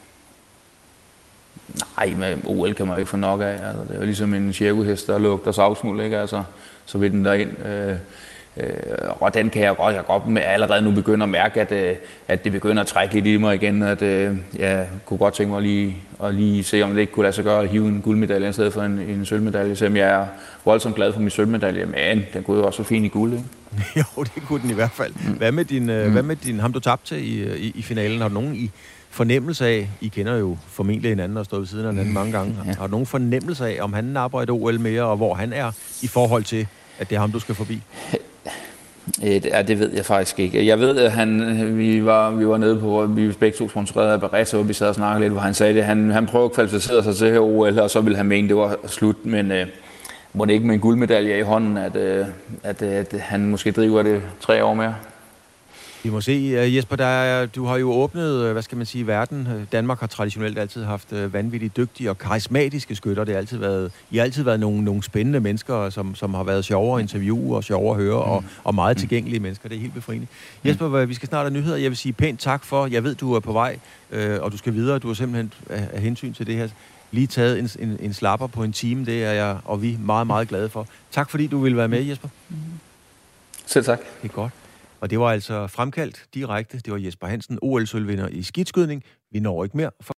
Nej, med O L kan man ikke få nok af. Altså, det er jo ligesom en cirkushest, der lugter savsmuld, ikke? Altså, så vil den derind. Øh, øh, og den kan jeg godt, jeg godt med allerede nu begynde at mærke, at, øh, at det begynder at trække lidt i mig igen. At øh, jeg kunne godt tænke mig at lige, at lige se, om det ikke kunne lade sig gøre at hive en guldmedalje i stedet for en, en sølvmedalje. Selvom jeg er voldsomt glad for min sølvmedalje, men den kunne jo også være fin i guld, ikke? Jo, det kunne den i hvert fald. Mm. Hvad med din, mm. hvad med din ham du tabte til i, i, i finalen? Har du nogen i fornemmelse af, I kender jo formentlig hinanden og stået ved siden af hinanden mange gange, ja. Har du nogen fornemmelse af, om han napper et O L mere, og hvor han er i forhold til, at det er ham, du skal forbi? Ja, det ved jeg faktisk ikke. Jeg ved, at han, vi, var, vi var nede på, vi var begge to sponsoreret af Barretta, hvor vi sad og snakkede lidt, hvor han sagde det. Han, han prøvede at kvalificere sig til her O L, og så ville han mene, det var slut, men øh, må det ikke med en guldmedalje i hånden, at, øh, at, at han måske driver det tre år mere? Vi må se, Jesper, der er, du har jo åbnet, hvad skal man sige, verden. Danmark har traditionelt altid haft vanvittigt dygtige og karismatiske skytter. Det har altid været, I har altid været nogle, nogle spændende mennesker, som, som har været sjovere at interviewe og sjovere at høre, mm. og, og meget tilgængelige mennesker. Det er helt befriende. Mm. Jesper, vi skal snart have nyheder. Jeg vil sige pænt tak for, jeg ved, du er på vej, øh, og du skal videre. Du har simpelthen af hensyn til det her lige taget en, en, en slapper på en time. Det er jeg og vi meget, meget glade for. Tak fordi du ville være med, Jesper. Mm. Selv tak. Det er godt. Og det var altså fremkaldt direkte. Det var Jesper Hansen, O L-sølvvinder i skidskydning. Vi når ikke mere.